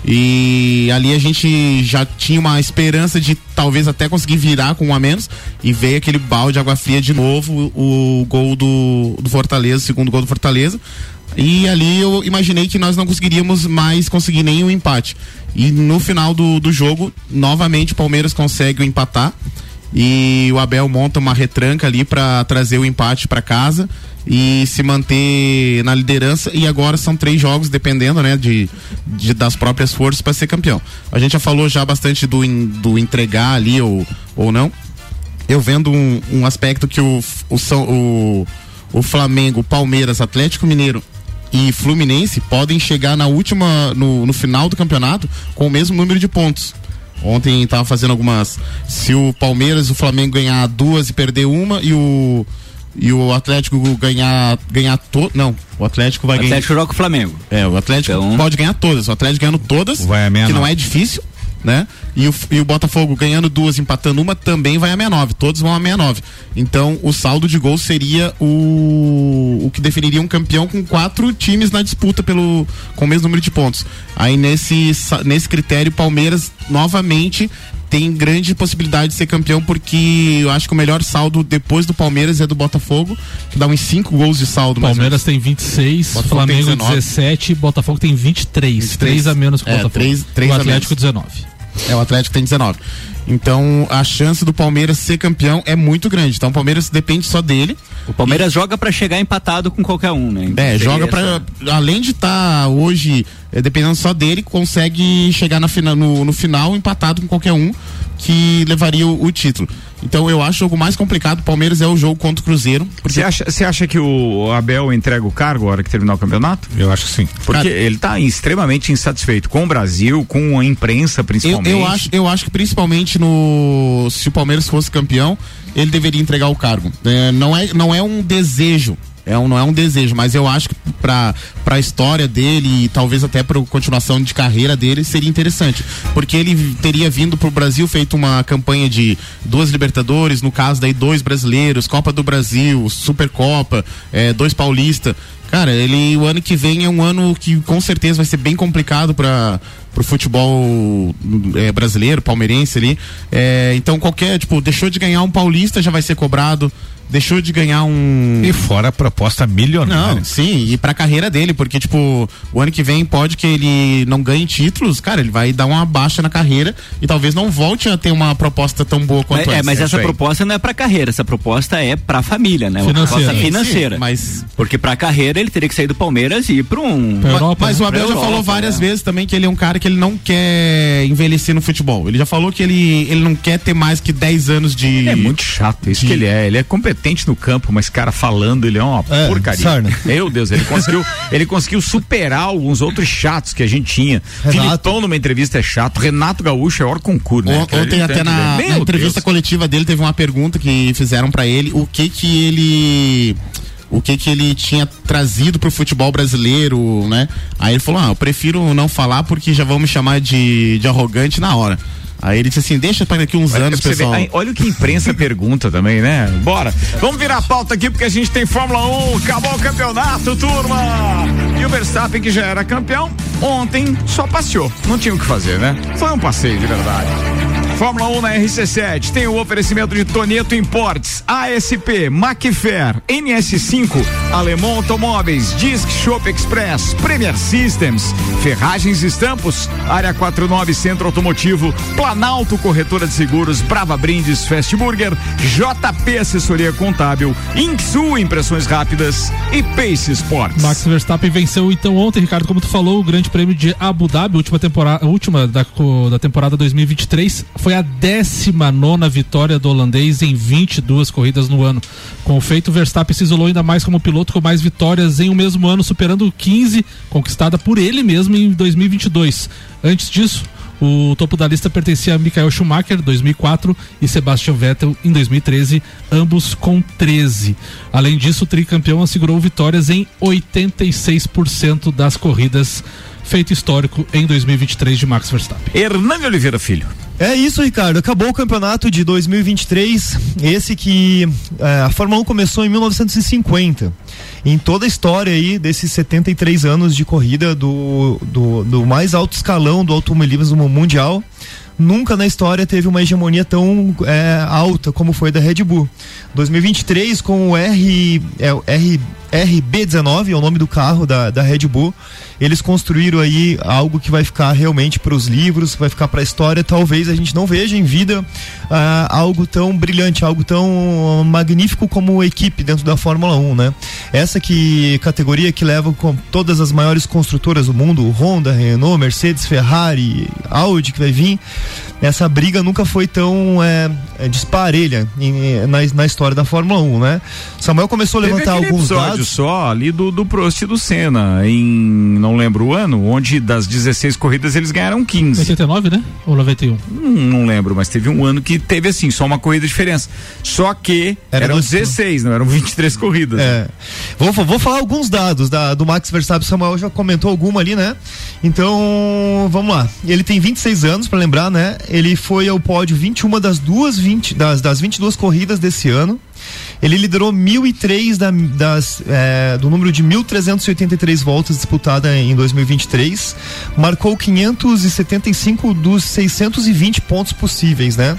E ali a gente já tinha uma esperança de talvez até conseguir virar com um a menos, e veio aquele balde de água fria de novo, o, o gol do, do Fortaleza, o segundo gol do Fortaleza. E ali eu imaginei que nós não conseguiríamos mais conseguir nenhum empate. E no final do, do jogo, novamente o Palmeiras consegue o empatar. E o Abel monta uma retranca ali para trazer o empate para casa e se manter na liderança. E agora são três jogos, dependendo, né, de, de das próprias forças para ser campeão. A gente já falou já bastante do, do entregar ali ou, ou não. Eu vendo um, um aspecto que o, o, o, o Flamengo, Palmeiras, Atlético Mineiro e Fluminense podem chegar na última, no, no final do campeonato com o mesmo número de pontos. Ontem tava fazendo algumas. Se o Palmeiras, o Flamengo ganhar duas e perder uma, e o e o Atlético ganhar ganhar to, não, o Atlético vai ganhar.
O Atlético ganha... joga com o Flamengo.
É, o Atlético então... pode ganhar todas. O Atlético ganhando todas,
vai a
que não é difícil, né? E o, e o Botafogo ganhando duas, empatando uma, também vai a sessenta e nove. Todos vão a sessenta e nove. Então, o saldo de gol seria o, o que definiria um campeão com quatro times na disputa pelo, com o mesmo número de pontos. Aí, nesse, nesse critério, Palmeiras novamente tem grande possibilidade de ser campeão, porque eu acho que o melhor saldo depois do Palmeiras é do Botafogo, que dá uns cinco gols de saldo.
Palmeiras tem vinte e seis, Botafogo Flamengo tem dezessete, Botafogo tem vinte e três. vinte e três. três a menos que o
é,
Botafogo.
três, três
o Atlético dezenove.
É, o Atlético tem dezenove. Então a chance do Palmeiras ser campeão é muito grande. Então o Palmeiras depende só dele.
O Palmeiras e... joga pra chegar empatado com qualquer um, né?
Então, é, joga pra. Além de estar tá hoje é, dependendo só dele, consegue chegar na fina, no, no final empatado com qualquer um que levaria o, o título. Então eu acho o jogo mais complicado. O Palmeiras é o jogo contra o Cruzeiro.
Você acha, você acha que o Abel entrega o cargo na hora que terminar o campeonato?
Eu acho que sim.
Porque Cara, ele está extremamente insatisfeito com o Brasil, com a imprensa principalmente.
Eu, eu, acho, eu acho que principalmente no se o Palmeiras fosse campeão, ele deveria entregar o cargo. É, não, é, não é um desejo. É um, não é um desejo, mas eu acho que para a história dele e talvez até para a continuação de carreira dele seria interessante, porque ele teria vindo para o Brasil, feito uma campanha de duas Libertadores, no caso daí dois brasileiros, Copa do Brasil, Supercopa, é, dois Paulista. Cara, ele o ano que vem é um ano que com certeza vai ser bem complicado para pro futebol é, brasileiro, palmeirense ali. É, então qualquer, tipo, deixou de ganhar um paulista, já vai ser cobrado. Deixou de ganhar um...
E fora a proposta milionária.
Não, sim, e pra carreira dele, porque, tipo, o ano que vem pode que ele não ganhe títulos, cara, ele vai dar uma baixa na carreira e talvez não volte a ter uma proposta tão boa quanto
mas,
essa.
É, mas essa proposta não é pra carreira, essa proposta é pra família, né? Uma proposta financeira. Sim,
mas...
Porque pra carreira ele teria que sair do Palmeiras e ir pra um...
Pra Europa, mas, mas
né?
o Abel já
Europa,
falou várias
é.
vezes também que ele é um cara que ele não quer envelhecer no futebol. Ele já falou que ele, ele não quer ter mais que dez anos de...
Ele é muito chato, isso de... que ele é. Ele é competente no campo, mas cara falando, ele é uma é, porcaria. Sarna. Meu Deus, ele conseguiu, ele conseguiu superar alguns outros chatos que a gente tinha. Renato. Filipão numa entrevista é chato, Renato Gaúcho é hora concurso, né?
Ontem até na, na entrevista Deus. coletiva dele teve uma pergunta que fizeram pra ele, o que que ele... o que que ele tinha trazido pro futebol brasileiro, né? Aí ele falou, ah, eu prefiro não falar porque já vão me chamar de, de arrogante na hora. Aí ele disse assim, deixa para daqui uns
olha,
anos, pessoal.
Ver, aí, olha o que a imprensa pergunta também, né? Bora. Vamos virar a pauta aqui porque a gente tem Fórmula um, acabou o campeonato, turma. E o Verstappen, que já era campeão, ontem só passeou. Não tinha o que fazer, né? Foi um passeio de verdade. Fórmula um na R C sete tem o oferecimento de Tonieto Imports, A S P, Macfair, N S cinco, Alemão Automóveis, Disc Shop Express, Premier Systems, Ferragens e Estampos, Área quarenta e nove Centro Automotivo, Planalto Corretora de Seguros, Brava Brindes, Fast Burger, J P Assessoria Contábil, Inksul Impressões Rápidas e Pace Sports.
Max Verstappen venceu então ontem, Ricardo, como tu falou, o Grande Prêmio de Abu Dhabi, última temporada, última da, da temporada dois mil e vinte e três. Foi a décima nona vitória do holandês em vinte e duas corridas no ano. Com o feito, Verstappen se isolou ainda mais como piloto com mais vitórias em um mesmo ano, superando quinze conquistada por ele mesmo em dois mil e vinte e dois. Antes disso, o topo da lista pertencia a Michael Schumacher, dois mil e quatro, e Sebastian Vettel, em dois mil e treze, ambos com treze. Além disso, o tricampeão assegurou vitórias em oitenta e seis por cento das corridas, feito histórico em dois mil e vinte e três de Max Verstappen.
Hernani Oliveira Filho.
É isso, Ricardo. Acabou o campeonato de dois mil e vinte e três, esse que é, a Fórmula um começou em mil novecentos e cinquenta. Em toda a história aí desses setenta e três anos de corrida do, do, do mais alto escalão do automobilismo mundial, nunca na história teve uma hegemonia tão é, alta como foi da Red Bull. dois mil e vinte e três com o R, é, R, R B dezenove, é o nome do carro da, da Red Bull. Eles construíram aí algo que vai ficar realmente para os livros, vai ficar para a história. Talvez a gente não veja em vida ah, algo tão brilhante, algo tão magnífico como equipe dentro da Fórmula um, né? Essa que categoria que leva com todas as maiores construtoras do mundo, Honda, Renault, Mercedes, Ferrari, Audi que vai vir. Essa briga nunca foi tão é, é, disparelha em, na, na história da Fórmula um, né? Samuel começou a levantar
Teve
alguns
episódio
dados.
Só ali do, do Prost e do Senna, em não lembro o ano, onde das dezesseis corridas eles ganharam quinze.
oitenta e nove, né? Ou noventa e um?
Hum, não lembro, mas teve um ano que teve assim, só uma corrida de diferença. Só que Era eram dois... dezesseis, não eram vinte e três corridas.
É. Vou, vou falar alguns dados da, do Max Verstappen. O Samuel já comentou alguma ali, né? Então, vamos lá. Ele tem vinte e seis anos, pra lembrar, né? Ele foi ao pódio vinte e uma das duas vinte, das, das vinte e duas corridas desse ano. Ele liderou mil e três da, das, é, do número de mil trezentas e oitenta e três voltas disputada em dois mil e vinte e três, marcou quinhentos e setenta e cinco dos seiscentos e vinte pontos possíveis, né?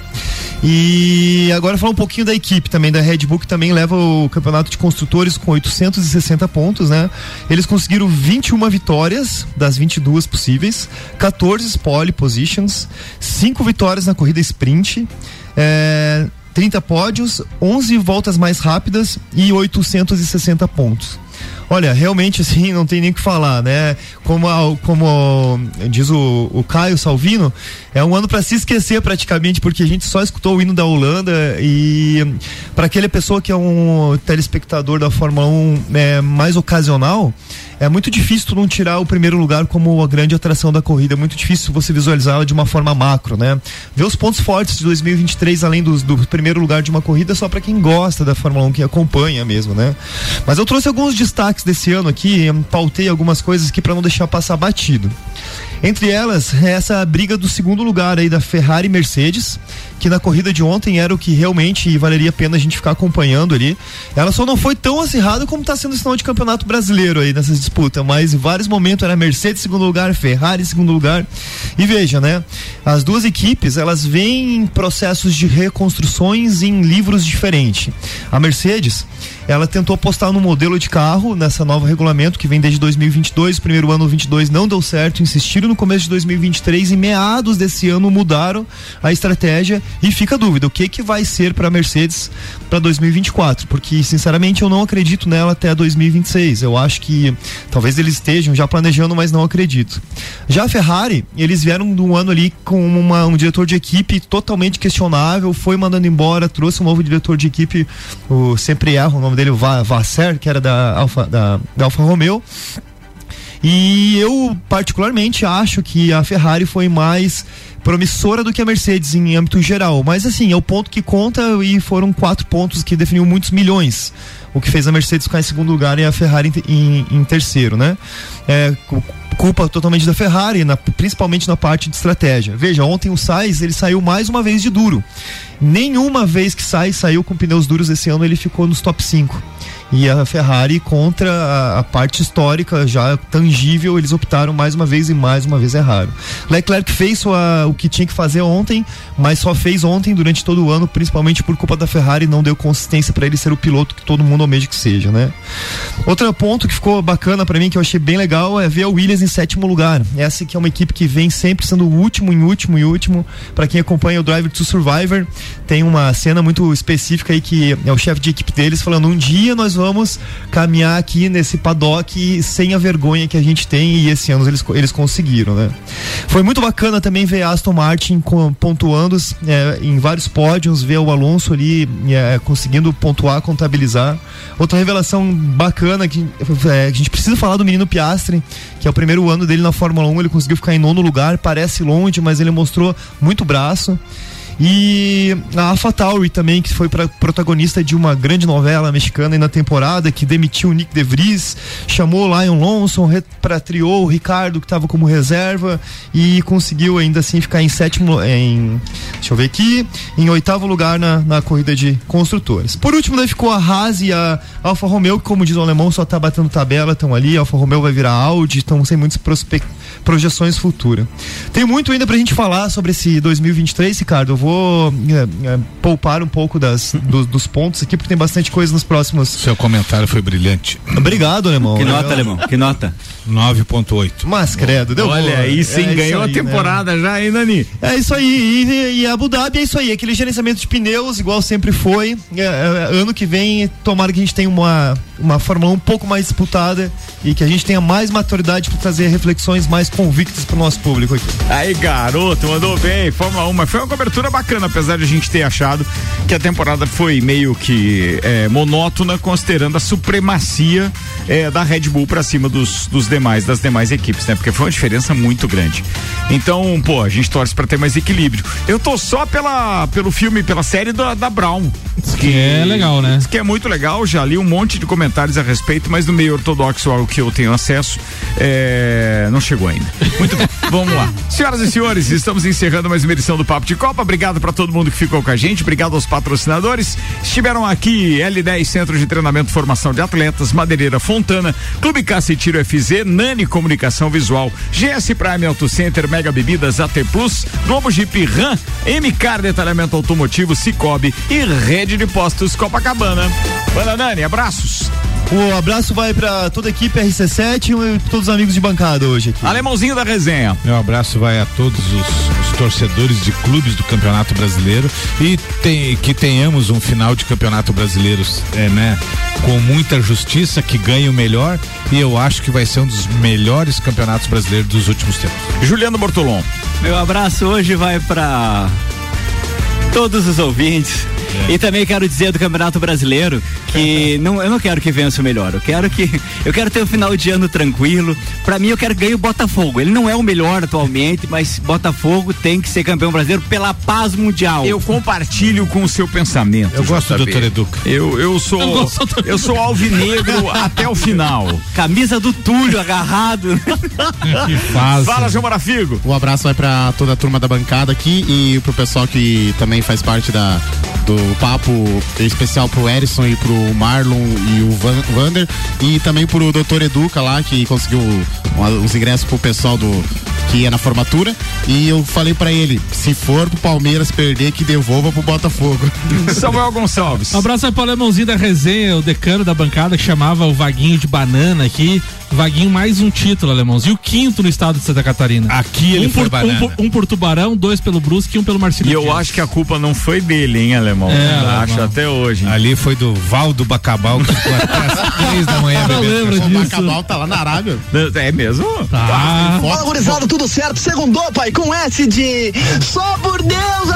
E agora falar um pouquinho da equipe também, da Red Bull, que também leva o campeonato de construtores com oitocentos e sessenta pontos, né? Eles conseguiram vinte e uma vitórias das vinte e duas possíveis, quatorze pole positions, cinco vitórias na corrida sprint, é, trinta pódios, onze voltas mais rápidas e oitocentos e sessenta pontos. Olha, realmente assim, não tem nem o que falar, né? Como, a, como diz o, o Caio Salvino, é um ano para se esquecer praticamente, porque a gente só escutou o hino da Holanda e para aquela pessoa que é um telespectador da Fórmula um é, mais ocasional, é muito difícil tu não tirar o primeiro lugar como a grande atração da corrida, é muito difícil você visualizá-la de uma forma macro, né? Ver os pontos fortes de dois mil e vinte e três, além do, do primeiro lugar de uma corrida, só para quem gosta da Fórmula um, quem acompanha mesmo, né? Mas eu trouxe alguns destaques desse ano aqui, pautei algumas coisas aqui para não deixar passar batido. Entre elas, essa briga do segundo lugar aí da Ferrari e Mercedes, que na corrida de ontem era o que realmente valeria a pena a gente ficar acompanhando ali. Ela só não foi tão acirrada como está sendo esse final de campeonato brasileiro aí nessas disputas, mas em vários momentos era Mercedes em segundo lugar, Ferrari em segundo lugar. E veja, né? As duas equipes, elas vêm em processos de reconstruções em livros diferentes. A Mercedes, ela tentou apostar no modelo de carro, nessa nova regulamento que vem desde dois mil e vinte e dois, primeiro ano vinte e dois não deu certo, insistiram no começo de dois mil e vinte e três e meados desse ano mudaram a estratégia e fica a dúvida, o que que vai ser para a Mercedes para dois mil e vinte e quatro, porque sinceramente eu não acredito nela até dois mil e vinte e seis, eu acho que talvez eles estejam já planejando, mas não acredito. Já a Ferrari, eles vieram de um ano ali com uma, um diretor de equipe totalmente questionável, foi mandando embora, trouxe um novo diretor de equipe, o sempre erro o nome dele, o Vasser, que era da Alfa, da, da Alfa Romeo. E eu particularmente acho que a Ferrari foi mais promissora do que a Mercedes em âmbito geral, mas assim, é o ponto que conta e foram quatro pontos que definiu muitos milhões, o que fez a Mercedes ficar em segundo lugar e a Ferrari em, em, em terceiro, né? É, culpa totalmente da Ferrari, na, principalmente na parte de estratégia. Veja, ontem o Sainz, ele saiu mais uma vez de duro. Nenhuma vez que Sainz saiu com pneus duros esse ano ele ficou nos top cinco. E a Ferrari, contra a, a parte histórica já tangível, eles optaram mais uma vez e mais uma vez erraram. Leclerc fez sua, o que tinha que fazer ontem, mas só fez ontem durante todo o ano, principalmente por culpa da Ferrari, não deu consistência para ele ser o piloto que todo mundo almeja que seja, né? Outro ponto que ficou bacana para mim, que eu achei bem legal, é ver a Williams em sétimo lugar. Essa que é uma equipe que vem sempre sendo o último, em último, em último. Para quem acompanha o Drive to Survivor, tem uma cena muito específica aí que é o chefe de equipe deles falando: um dia nós vamos caminhar aqui nesse paddock sem a vergonha que a gente tem, e esse ano eles, eles conseguiram, né? Foi muito bacana também ver a Aston Martin com, pontuando é, em vários pódios, ver o Alonso ali é, conseguindo pontuar, contabilizar. Outra revelação bacana que é, a gente precisa falar do menino Piastri, que é o primeiro ano dele na Fórmula um, ele conseguiu ficar em nono lugar, parece longe, mas ele mostrou muito braço. E a AlphaTauri também, que foi pra, protagonista de uma grande novela mexicana aí na temporada, que demitiu o Nick De Vries, chamou o Lion Lawson, repatriou o Ricardo, que estava como reserva, e conseguiu ainda assim ficar em sétimo, em, deixa eu ver aqui, em oitavo lugar na, na corrida de construtores. Por último, daí ficou a Haas e a Alfa Romeo, que, como diz o alemão, só tá batendo tabela, estão ali. A Alfa Romeo vai virar Audi, estão sem muitas prospect... projeções futuras. Tem muito ainda pra gente falar sobre esse dois mil e vinte e três, Ricardo. Eu vou é, é, poupar um pouco das, do, dos pontos aqui, porque tem bastante coisa nos próximos.
Seu comentário foi brilhante.
Obrigado, alemão.
Que nota, alemão? Que nota?
nove ponto oito.
Mas credo, deu.
Olha
boa.
aí, sim,
é
ganhou
aí,
a temporada, né? Já, hein, Nani?
É isso aí, e, e Abu Dhabi é isso aí, aquele gerenciamento de pneus, igual sempre foi. É, é, ano que vem, tomara que a gente tenha uma, uma Fórmula um um pouco mais disputada e que a gente tenha mais maturidade para trazer reflexões mais convictas pro nosso público aqui.
Aí, garoto, mandou bem, Fórmula um, mas foi uma cobertura bacana, apesar de a gente ter achado que a temporada foi meio que é, monótona, considerando a supremacia é, da Red Bull pra cima dos, dos demais, das demais equipes, né? Porque foi uma diferença muito grande. Então, pô, a gente torce pra ter mais equilíbrio. Eu tô só pela, pelo filme, pela série da, da Brown.
Que é legal, né?
Que é muito legal, já li um monte de comentários a respeito, mas no meio ortodoxo, ao que eu tenho acesso, é, não chegou ainda. Muito bem, vamos lá. Senhoras e senhores, estamos encerrando mais uma edição do Papo de Copa. Obrigado pra todo mundo que ficou com a gente, obrigado aos patrocinadores. Estiveram aqui L dez Centro de Treinamento e Formação de Atletas, Madeireira Fontana, Clube Caça e Tiro F Z, Nani Comunicação Visual, G S Prime Auto Center, Mega Bebidas, A T Plus, Globo Jeep Ram, M C A R Detalhamento Automotivo, Cicobi e Rede de Postos Copacabana. Banda Nani, abraços.
O abraço vai pra toda a equipe R C sete e todos os amigos de bancada hoje aqui.
Alemãozinho da resenha.
Meu abraço vai a todos os, os torcedores de clubes do Campeonato Brasileiro e tem, que tenhamos um final de Campeonato Brasileiro, é, né, com muita justiça, que ganhe o melhor, e eu acho que vai ser um dos melhores campeonatos brasileiros dos últimos tempos.
Juliano Bortolom.
Meu abraço hoje vai pra todos os ouvintes. É. E também quero dizer do Campeonato Brasileiro que não, eu não quero que vença o melhor, eu quero que eu quero ter um final de ano tranquilo. Pra mim, eu quero que ganhe o Botafogo. Ele não é o melhor atualmente, mas Botafogo tem que ser campeão brasileiro pela paz mundial.
Eu compartilho com o seu pensamento.
Eu gosto do doutor Educa.
Eu, eu sou eu, eu sou alvinegro até o final.
Camisa do Túlio agarrado.
Que fácil.
Fala, seu Marafigo.
O abraço vai pra toda a turma da bancada aqui e pro pessoal que também faz parte da do papo, especial pro Erison e pro Marlon e o Van, Vander, e também pro doutor Educa lá, que conseguiu os ingressos pro pessoal do que ia na formatura, e eu falei pra ele, se for pro Palmeiras perder, que devolva pro Botafogo.
Samuel Gonçalves.
Um abraço aí pro alemãozinho da resenha, o decano da bancada, que chamava o Vaguinho de banana aqui. Vaguinho, mais um título, alemãozinho, o quinto no estado de Santa Catarina.
Aqui ele
um
foi
por,
banana.
Um por, um por Tubarão, dois pelo Brusque e um pelo Marcelo.
E eu acho que a culpa não foi dele, hein, alemão?
É,
eu acho
alemão.
até hoje. Hein?
Ali foi do Valdo Bacabal, que ficou até as três da manhã.
Eu lembro
O
disso.
Bacabal tá lá na Arábia.
É mesmo?
Tá.
Fala, gurizada, tudo certo? Segundou, pai, com S de só por Deus,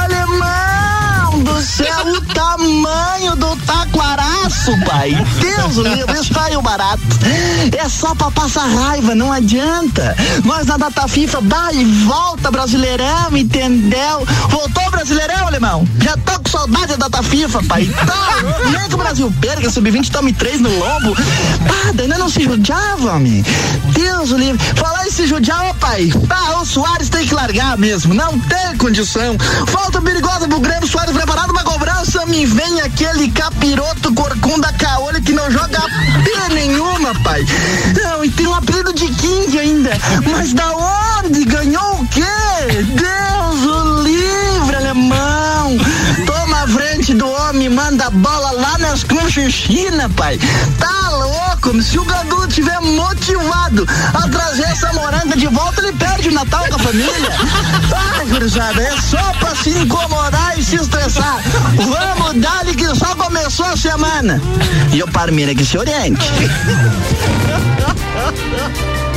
alemão do céu, o tamanho do taquaraço, pai. Deus livre, isso aí o barato. É só pra passar raiva, não adianta. Nós na data FIFA, vai e volta Brasileirão, entendeu? Voltou Brasileirão, alemão? Já tô com saudade da data FIFA, pai. Tá, nem que o Brasil perca, sub vinte, tome três no lombo. Ah, ainda não se judiava, homem. Deus o livre. Falar em se judiar, ó, pai. Ah, o Soares tem que largar mesmo, não tem condição. Falta perigosa pro Grêmio, Soares preparado.
lado da cobrança me vem aquele capiroto corcunda caolho que não joga P nenhuma, pai. Não, e tem um apelido de King ainda. Mas da onde? Ganhou o quê? Deus o livre, alemão. Toma a frente do homem, manda a bola lá nas conchichinas, pai. Tá louco? Se o Gadu tiver motivado a trazer essa moranga de volta, ele perde o Natal com a família. Ai, gurizada, é só pra se incomodar e se estressar. Vamos dar-lhe que só começou a semana. E o Parmeira que se oriente.